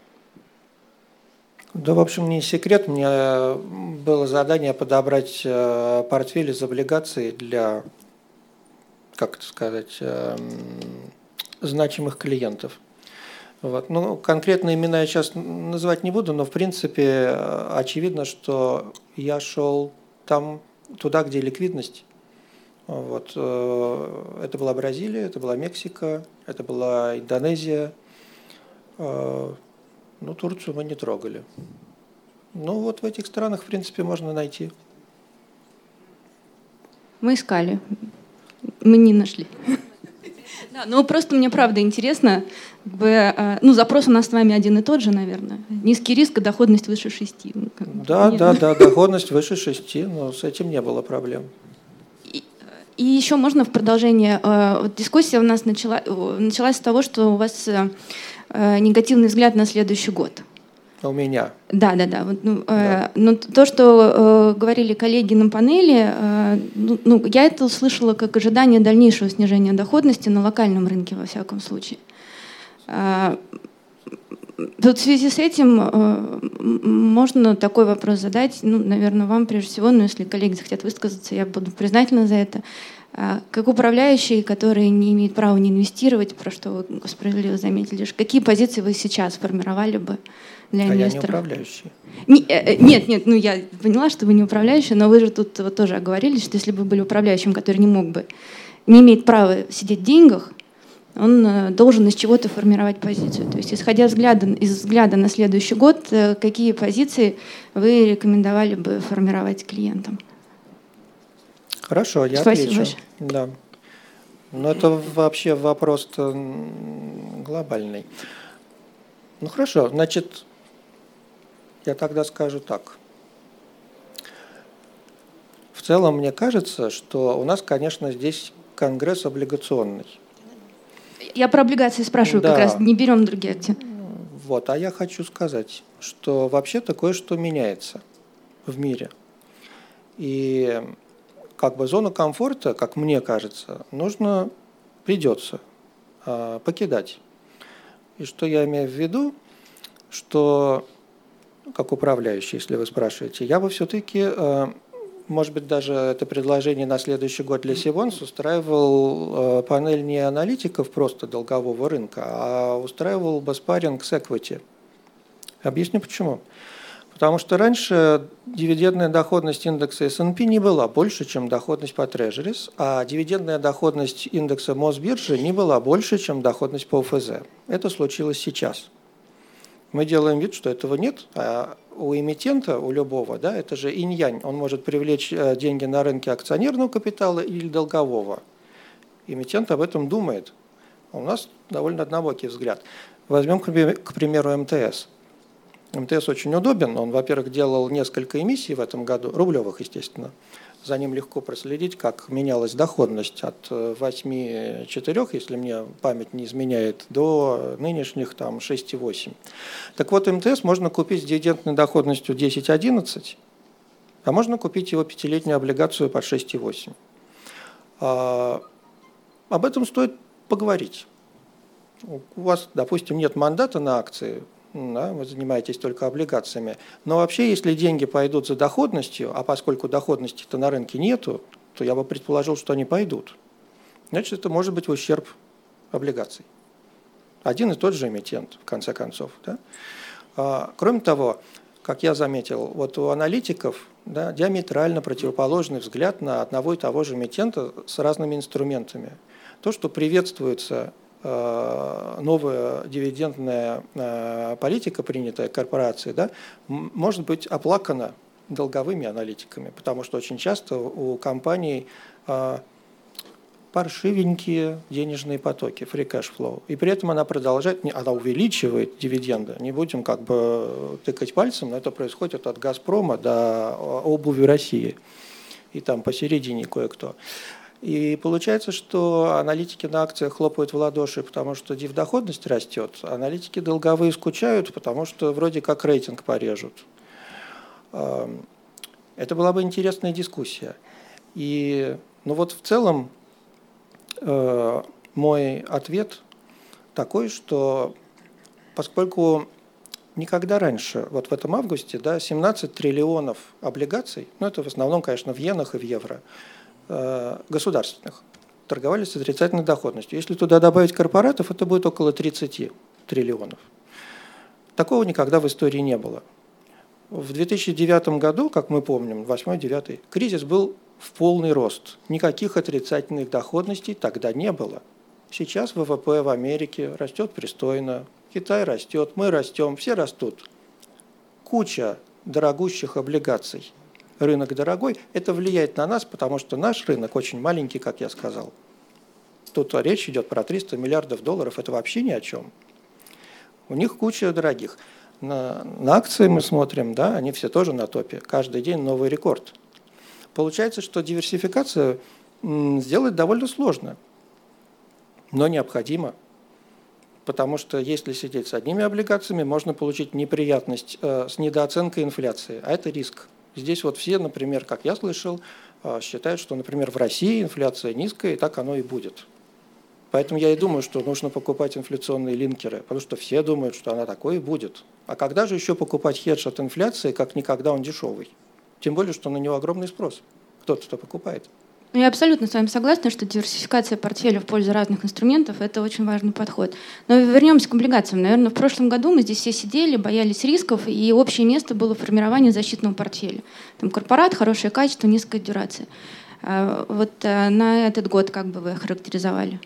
Да, в общем, не секрет. Мне было задание подобрать портфель из облигаций для, как это сказать, значимых клиентов. Вот. Ну, конкретные имена я сейчас называть не буду, но в принципе очевидно, что я шел там, туда, где ликвидность. Вот. Это была Бразилия, это была Мексика, это была Индонезия, Ну, Турцию мы не трогали. Ну, вот в этих странах, в принципе, можно найти. Мы искали. Мы не нашли. Да, ну просто мне правда интересно, как бы, ну запрос у нас с вами один и тот же, наверное. Низкий риск и доходность выше шести. Да, да, да, доходность выше шести, но с этим не было проблем. И, и еще можно в продолжение. Вот дискуссия у нас начала, началась с того, что у вас негативный взгляд на следующий год. У меня. Да, да, да. Вот, ну, да. Э, но то, что э, говорили коллеги на панели, э, ну, ну, я это услышала как ожидание дальнейшего снижения доходности на локальном рынке, во всяком случае. Э, тут в связи с этим э, можно такой вопрос задать, ну, наверное, вам прежде всего, но если коллеги захотят высказаться, я буду признательна за это. Э, как управляющие, которые не имеют права не инвестировать, про что вы справедливо заметили, какие позиции вы сейчас формировали бы для инвесторов? А я не управляющий. Не, нет, нет, ну я поняла, что вы не управляющий, но вы же тут вот тоже оговорились, что если бы вы были управляющим, который не мог бы, не имеет права сидеть в деньгах, он должен из чего-то формировать позицию. То есть, исходя взгляда, из взгляда на следующий год, какие позиции вы рекомендовали бы формировать клиентам? Хорошо, я Спасибо отвечу. большое. Да. Но это вообще вопрос глобальный. Ну хорошо, значит, я тогда скажу так. В целом, мне кажется, что у нас, конечно, здесь конгресс облигационный. Я про облигации спрашиваю, да. Как раз не берем другие акции. Вот, а я хочу сказать, что вообще-то кое-что меняется в мире. И как бы зону комфорта, как мне кажется, нужно, придется э, покидать. И что я имею в виду, что, как управляющий, если вы спрашиваете, я бы все-таки, э, может быть, даже это предложение на следующий год для Сивонс устраивал э, панель не аналитиков просто долгового рынка, а устраивал бы спарринг с equity. Объясню почему. Потому что раньше дивидендная доходность индекса эс энд пи не была больше, чем доходность по Treasuries, а дивидендная доходность индекса Мосбиржи не была больше, чем доходность по ОФЗ. Это случилось сейчас. Мы делаем вид, что этого нет, а у эмитента, у любого, да, это же инь-янь, он может привлечь деньги на рынке акционерного капитала или долгового. Эмитент об этом думает. У нас довольно однобокий взгляд. Возьмем, к примеру, эм тэ эс. эм тэ эс очень удобен. Он, во-первых, делал несколько эмиссий в этом году, рублевых, естественно. За ним легко проследить, как менялась доходность от восемь целых четыре десятых, если мне память не изменяет, до нынешних там, шесть целых восемь десятых. Так вот, эм тэ эс можно купить с дивидендной доходностью десять целых одиннадцать сотых, а можно купить его пятилетнюю облигацию под шесть целых восемь десятых. А, об этом стоит поговорить. У вас, допустим, нет мандата на акции, да, вы занимаетесь только облигациями. Но вообще, если деньги пойдут за доходностью, а поскольку доходности-то на рынке нету, то я бы предположил, что они пойдут. Значит, это может быть в ущерб облигаций. Один и тот же эмитент, в конце концов. Да? А, кроме того, как я заметил, вот у аналитиков, да, диаметрально противоположный взгляд на одного и того же эмитента с разными инструментами. То, что приветствуется новая дивидендная политика, принятая корпорацией, да, может быть оплакана долговыми аналитиками, потому что очень часто у компаний паршивенькие денежные потоки, free cash flow, и при этом она продолжает, она увеличивает дивиденды. Не будем как бы тыкать пальцем, но это происходит от «Газпрома» до обуви России, и там посередине кое-кто. И получается, что аналитики на акциях хлопают в ладоши, потому что дивдоходность растет, а аналитики долговые скучают, потому что вроде как рейтинг порежут. Это была бы интересная дискуссия. И, ну вот в целом мой ответ такой, что поскольку никогда раньше, вот в этом августе, да, семнадцать триллионов облигаций, ну это в основном, конечно, в иенах и в евро, государственных, торговались с отрицательной доходностью. Если туда добавить корпоратов, это будет около тридцати триллионов. Такого никогда в истории не было. В две тысячи девятом году, как мы помним, восьмой-девятый, кризис был в полный рост. Никаких отрицательных доходностей тогда не было. Сейчас вэ вэ пэ в Америке растет пристойно, Китай растет, мы растем, все растут. Куча дорогущих облигаций. Рынок дорогой. Это влияет на нас, потому что наш рынок очень маленький, как я сказал. Тут речь идет про триста миллиардов долларов. Это вообще ни о чем. У них куча дорогих. На, на акции мы смотрим, да, они все тоже на топе. Каждый день новый рекорд. Получается, что диверсификация сделать довольно сложно, но необходимо. Потому что если сидеть с одними облигациями, можно получить неприятность э, с недооценкой инфляции, а это риск. Здесь вот все, например, как я слышал, э, считают, что, например, в России инфляция низкая, и так оно и будет. Поэтому я и думаю, что нужно покупать инфляционные линкеры, потому что все думают, что она такой и будет. А когда же еще покупать хедж от инфляции, как никогда он дешевый? Тем более, что на него огромный спрос. Кто-то покупает. Я абсолютно с вами согласна, что диверсификация портфеля в пользу разных инструментов – это очень важный подход. Но вернемся к облигациям. Наверное, в прошлом году мы здесь все сидели, боялись рисков, и общее место было формирование защитного портфеля. Там корпорат, хорошее качество, низкая дюрация. Вот на этот год как бы вы охарактеризовали?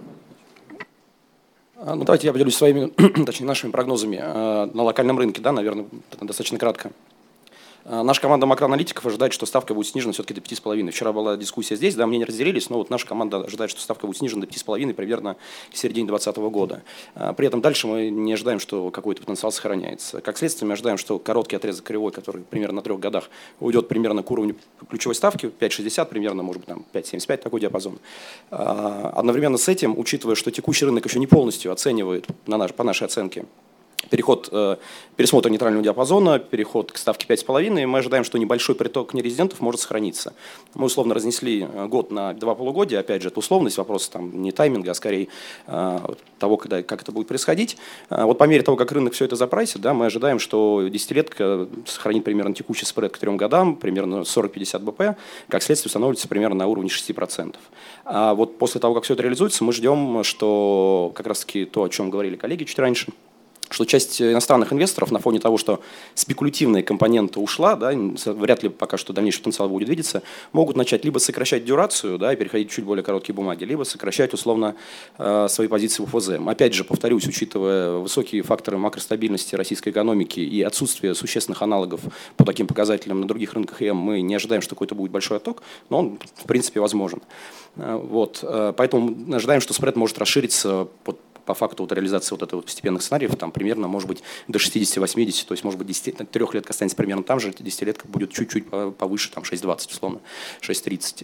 Ну, давайте я поделюсь своими, точнее, нашими прогнозами на локальном рынке, да, наверное, достаточно кратко. Наша команда макроаналитиков ожидает, что ставка будет снижена все-таки до пяти с половиной. Вчера была дискуссия здесь, да, мнения разделились, но вот наша команда ожидает, что ставка будет снижена до пяти с половиной примерно к середине двадцатого года. При этом дальше мы не ожидаем, что какой-то потенциал сохраняется. Как следствие, мы ожидаем, что короткий отрезок кривой, который примерно на трех годах уйдет примерно к уровню ключевой ставки, пять шестьдесят примерно, может быть, там пять семьдесят пять, такой диапазон. Одновременно с этим, учитывая, что текущий рынок еще не полностью оценивает, на наш, по нашей оценке, переход, э, пересмотр нейтрального диапазона, переход к ставке пять с половиной, мы ожидаем, что небольшой приток нерезидентов может сохраниться. Мы условно разнесли год на два полугодия, опять же, это условность, вопрос там, не тайминга, а скорее э, того, когда, как это будет происходить. Э, вот по мере того, как рынок все это запрайсит, да, мы ожидаем, что десятилетка сохранит примерно текущий спред к трем годам, примерно сорок-пятьдесят бэ пэ, как следствие становится примерно на уровне шести процентов. А вот после того, как все это реализуется, мы ждем, что как раз-таки то, о чем говорили коллеги чуть раньше, что часть иностранных инвесторов на фоне того, что спекулятивная компонента ушла, да, вряд ли пока что дальнейший потенциал будет видеться, могут начать либо сокращать дюрацию, да, и переходить в чуть более короткие бумаги, либо сокращать условно э, свои позиции в эф зэ. Опять же, повторюсь, учитывая высокие факторы макростабильности российской экономики и отсутствие существенных аналогов по таким показателям на других рынках ИЭМ, мы не ожидаем, что какой-то будет большой отток, но он в принципе возможен. Вот. Поэтому ожидаем, что спред может расшириться под по факту вот реализации вот этого вот постепенных сценариев, там примерно, может быть, до шестидесяти-восьмидесяти, то есть, может быть, десять, трехлетка останется примерно там же, десятилетка будет чуть-чуть повыше, там шесть двадцать, условно, шесть тридцать.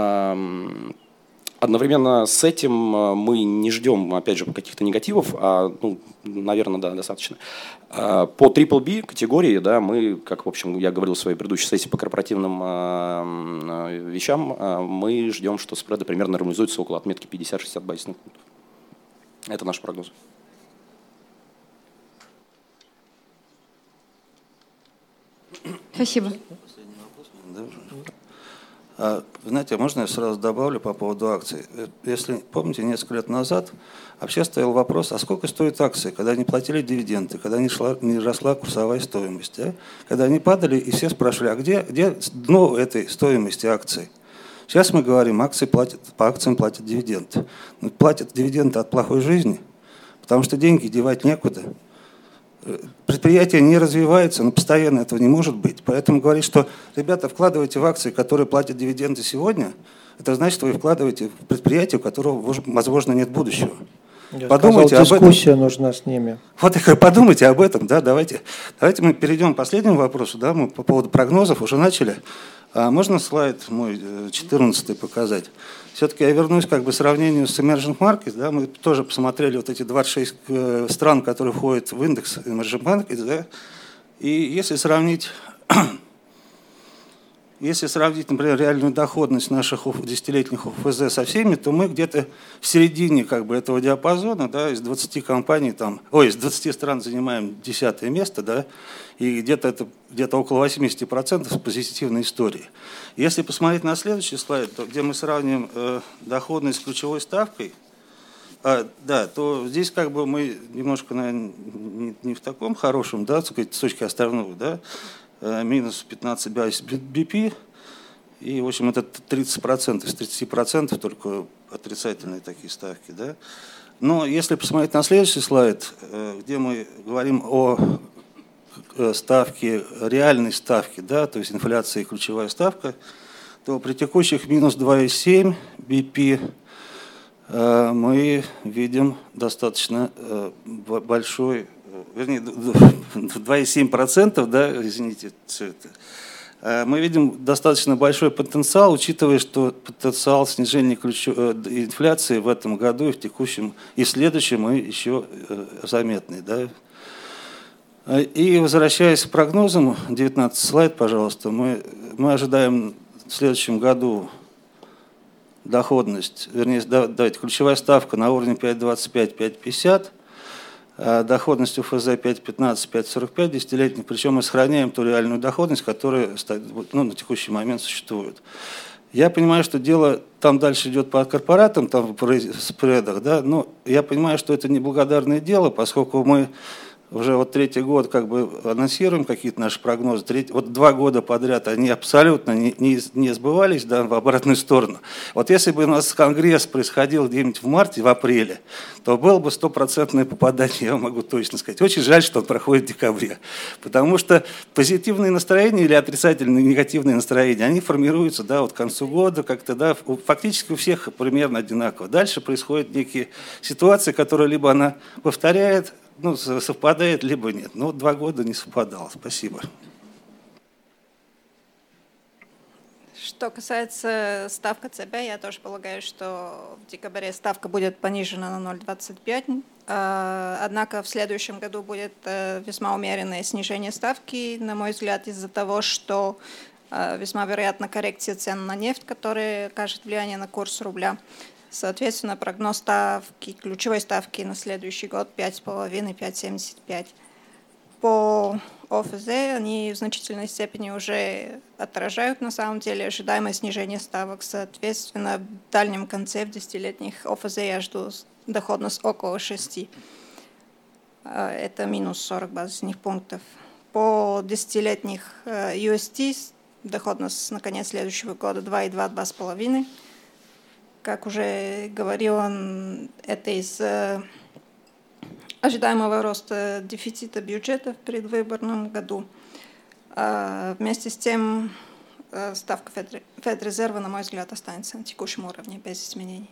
Одновременно с этим мы не ждем, опять же, каких-то негативов, а, ну, наверное, да, достаточно. По трипл би категории, да, мы, как, в общем, я говорил в своей предыдущей сессии по корпоративным вещам, мы ждем, что спреды примерно нормализуются около отметки пятьдесят-шестьдесят базисных пунктов. Это наш прогноз. Спасибо. Вы знаете, можно я сразу добавлю по поводу акций? Если помните, несколько лет назад вообще стоял вопрос, а сколько стоят акции, когда они платили дивиденды, когда не, шла, не росла курсовая стоимость, да? Когда они падали, и все спрашивали, а где, где дно этой стоимости акций? Сейчас мы говорим, акции платят, по акциям платят дивиденды. Но платят дивиденды от плохой жизни, потому что деньги девать некуда. Предприятие не развивается, но постоянно этого не может быть. Поэтому говорить, что, ребята, вкладывайте в акции, которые платят дивиденды сегодня, это значит, вы вкладываете в предприятие, у которого, возможно, нет будущего. Я подумайте сказал, об этом. Дискуссия нужна с ними. Вот и подумайте об этом. Да, давайте, давайте мы перейдем к последнему вопросу. Да, мы по поводу прогнозов уже начали. А можно слайд мой четырнадцатый показать? Все-таки я вернусь как бы к сравнению с Emerging Markets. Да, мы тоже посмотрели вот эти двадцать шесть стран, которые входят в индекс Emerging Markets. Да, и если сравнить, если сравнить, например, реальную доходность наших десятилетних эф зэ со всеми, то мы где-то в середине как бы этого диапазона, да, из двадцати компаний, там, ой, из двадцати стран занимаем десятое место, да, и где-то это где-то около восьмидесяти процентов с позитивной историей. Если посмотреть на следующий слайд, то, где мы сравним э, доходность с ключевой ставкой, а, да, то здесь как бы мы немножко, наверное, не, не в таком хорошем, да, так сказать, с точки остального, да, э, минус пятнадцать би пи, и, в общем, это тридцать процентов, из тридцати процентов только отрицательные такие ставки, да. Но если посмотреть на следующий слайд, где мы говорим о ставке, реальной ставке, да, то есть инфляция и ключевая ставка, то при текущих минус два и семь би пи мы видим достаточно большой, вернее, два и семь процента, да, извините, все это. Мы видим достаточно большой потенциал, учитывая, что потенциал снижения ключевой инфляции в этом году и в текущем и в следующем и еще заметный. Да. И возвращаясь к прогнозам, девятнадцатый слайд, пожалуйста, мы, мы ожидаем в следующем году доходность, вернее, давайте, ключевая ставка на уровне пять двадцать пять — пять пятьдесят, доходность УФЗ пять пятнадцать — пять сорок пять десятилетних, причем мы сохраняем ту реальную доходность, которая, ну, на текущий момент существует. Я понимаю, что дело там дальше идет по корпоратам, там в спредах, да, но я понимаю, что это неблагодарное дело, поскольку мы уже вот третий год как бы анонсируем какие-то наши прогнозы. Третий, вот два года подряд они абсолютно не, не, не сбывались, да, в обратную сторону. Вот если бы у нас конгресс происходил где-нибудь в марте, в апреле, то было бы стопроцентное попадание, я могу точно сказать. Очень жаль, что он проходит в декабре. Потому что позитивные настроения или отрицательные, негативные настроения, они формируются, да, вот к концу года как-то, да, фактически у всех примерно одинаково. Дальше происходят некие ситуации, которые либо она повторяет, ну, совпадает, либо нет. Но два года не совпадало. Спасибо. Что касается ставки ЦБ, я тоже полагаю, что в декабре ставка будет понижена на ноль целых двадцать пять сотых. Однако в следующем году будет весьма умеренное снижение ставки, на мой взгляд, из-за того, что весьма вероятна коррекция цен на нефть, которая окажет влияние на курс рубля. Соответственно, прогноз ставки, ключевой ставки на следующий год пять целых пять десятых — пять семьдесят пять. По ОФЗ они в значительной степени уже отражают на самом деле ожидаемое снижение ставок. Соответственно, в дальнем конце, в десятилетних ОФЗ я жду доходность около шести. Это минус сорок базисных пунктов. По десятилетних ю эс ти доходность на конец следующего года два и два — два с половиной. Как уже говорил он, это из ожидаемого роста дефицита бюджета в предвыборном году. Вместе с тем ставка Федрезерва, на мой взгляд, останется на текущем уровне без изменений.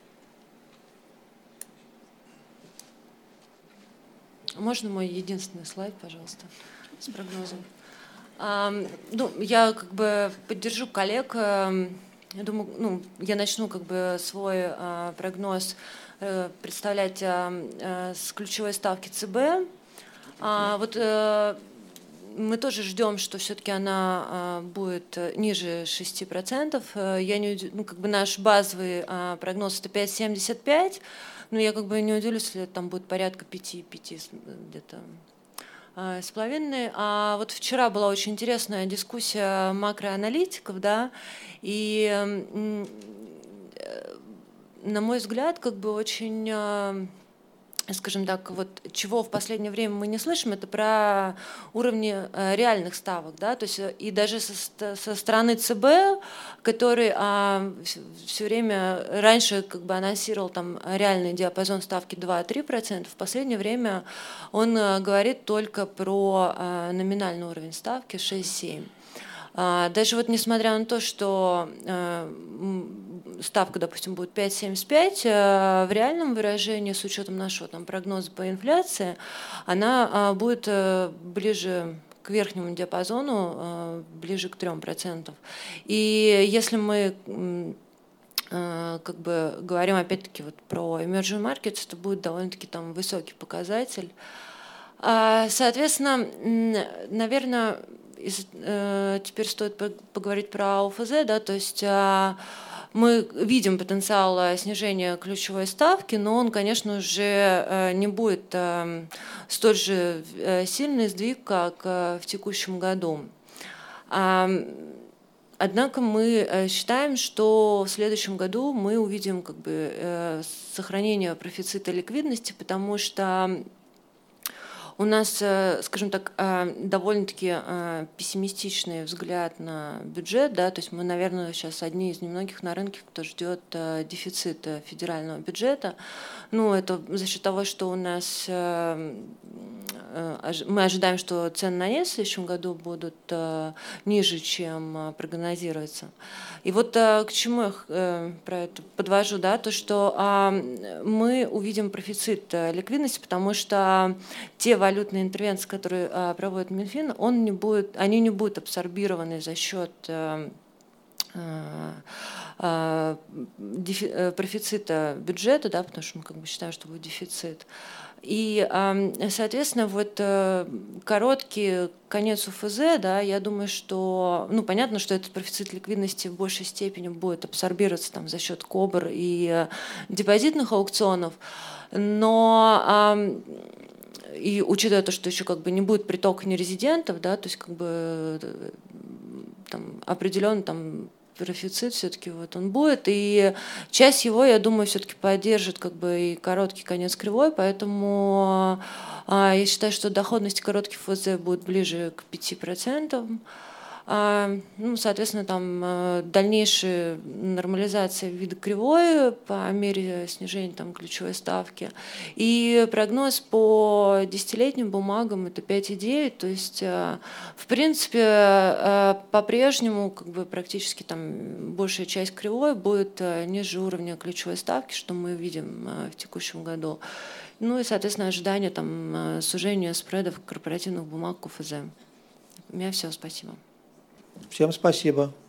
Можно мой единственный слайд, пожалуйста, с прогнозом? А, ну, я как бы поддержу коллег. Я думаю, ну, я начну как бы свой а, прогноз а, представлять а, а, с ключевой ставки ЦБ. А, вот а, мы тоже ждем, что все-таки она а, будет ниже шести процентов. Я не, ну, как бы наш базовый а, прогноз это пять целых семьдесят пять сотых, но я как бы не удивлюсь, если там будет порядка пяти, пяти где-то с половиной. А вот вчера была очень интересная дискуссия макроаналитиков, да, и, на мой взгляд, как бы очень, скажем так, вот чего в последнее время мы не слышим, это про уровни реальных ставок, да, то есть и даже со, со стороны ЦБ, который а, все время раньше как бы анонсировал там реальный диапазон ставки два-три процента, в последнее время он а, говорит только про а, номинальный уровень ставки шесть-семь. А, даже вот несмотря на то, что а, ставка, допустим, будет пять целых семьдесят пять сотых, в реальном выражении, с учетом нашего там прогноза по инфляции, она будет ближе к верхнему диапазону, ближе к трем процентам. И если мы как бы говорим опять-таки вот про emerging markets, это будет довольно-таки там высокий показатель. Соответственно, наверное, теперь стоит поговорить про ОФЗ, да, то есть мы видим потенциал снижения ключевой ставки, но он, конечно же, не будет столь же сильный сдвиг, как в текущем году. Однако мы считаем, что в следующем году мы увидим как бы сохранение профицита ликвидности, потому что У нас, скажем так, довольно-таки пессимистичный взгляд на бюджет, да, то есть мы, наверное, сейчас одни из немногих на рынке, кто ждет дефицита федерального бюджета. Ну, это за счет того, что у нас мы ожидаем, что цены на нефть в следующем году будут ниже, чем прогнозируется. И вот к чему я про это подвожу, да, то, что мы увидим профицит ликвидности, потому что те валютные интервенции, которые проводит Минфин, он не будет, они не будут абсорбированы за счет профицита бюджета, да, потому что мы как бы считаем, что будет дефицит. И, соответственно, вот короткий конец УФЗ, да, я думаю, что, ну, понятно, что этот профицит ликвидности в большей степени будет абсорбироваться там за счет КОБР и депозитных аукционов, но и учитывая то, что еще как бы не будет притока нерезидентов, да, то есть как бы там определенно там профицит все-таки вот он будет, и часть его, я думаю, все-таки поддержит как бы и короткий конец кривой, поэтому а, я считаю, что доходность коротких ФЗ будет ближе к пяти процентам. А, ну, соответственно, там дальнейшая нормализация вида кривой по мере снижения там, ключевой ставки. И прогноз по десятилетним бумагам это пять и девять, то есть, в принципе, по-прежнему как бы, практически там, большая часть кривой будет ниже уровня ключевой ставки, что мы видим в текущем году. Ну и, соответственно, ожидание там, сужения спредов корпоративных бумаг КФЗ. У меня все, спасибо. Всем спасибо.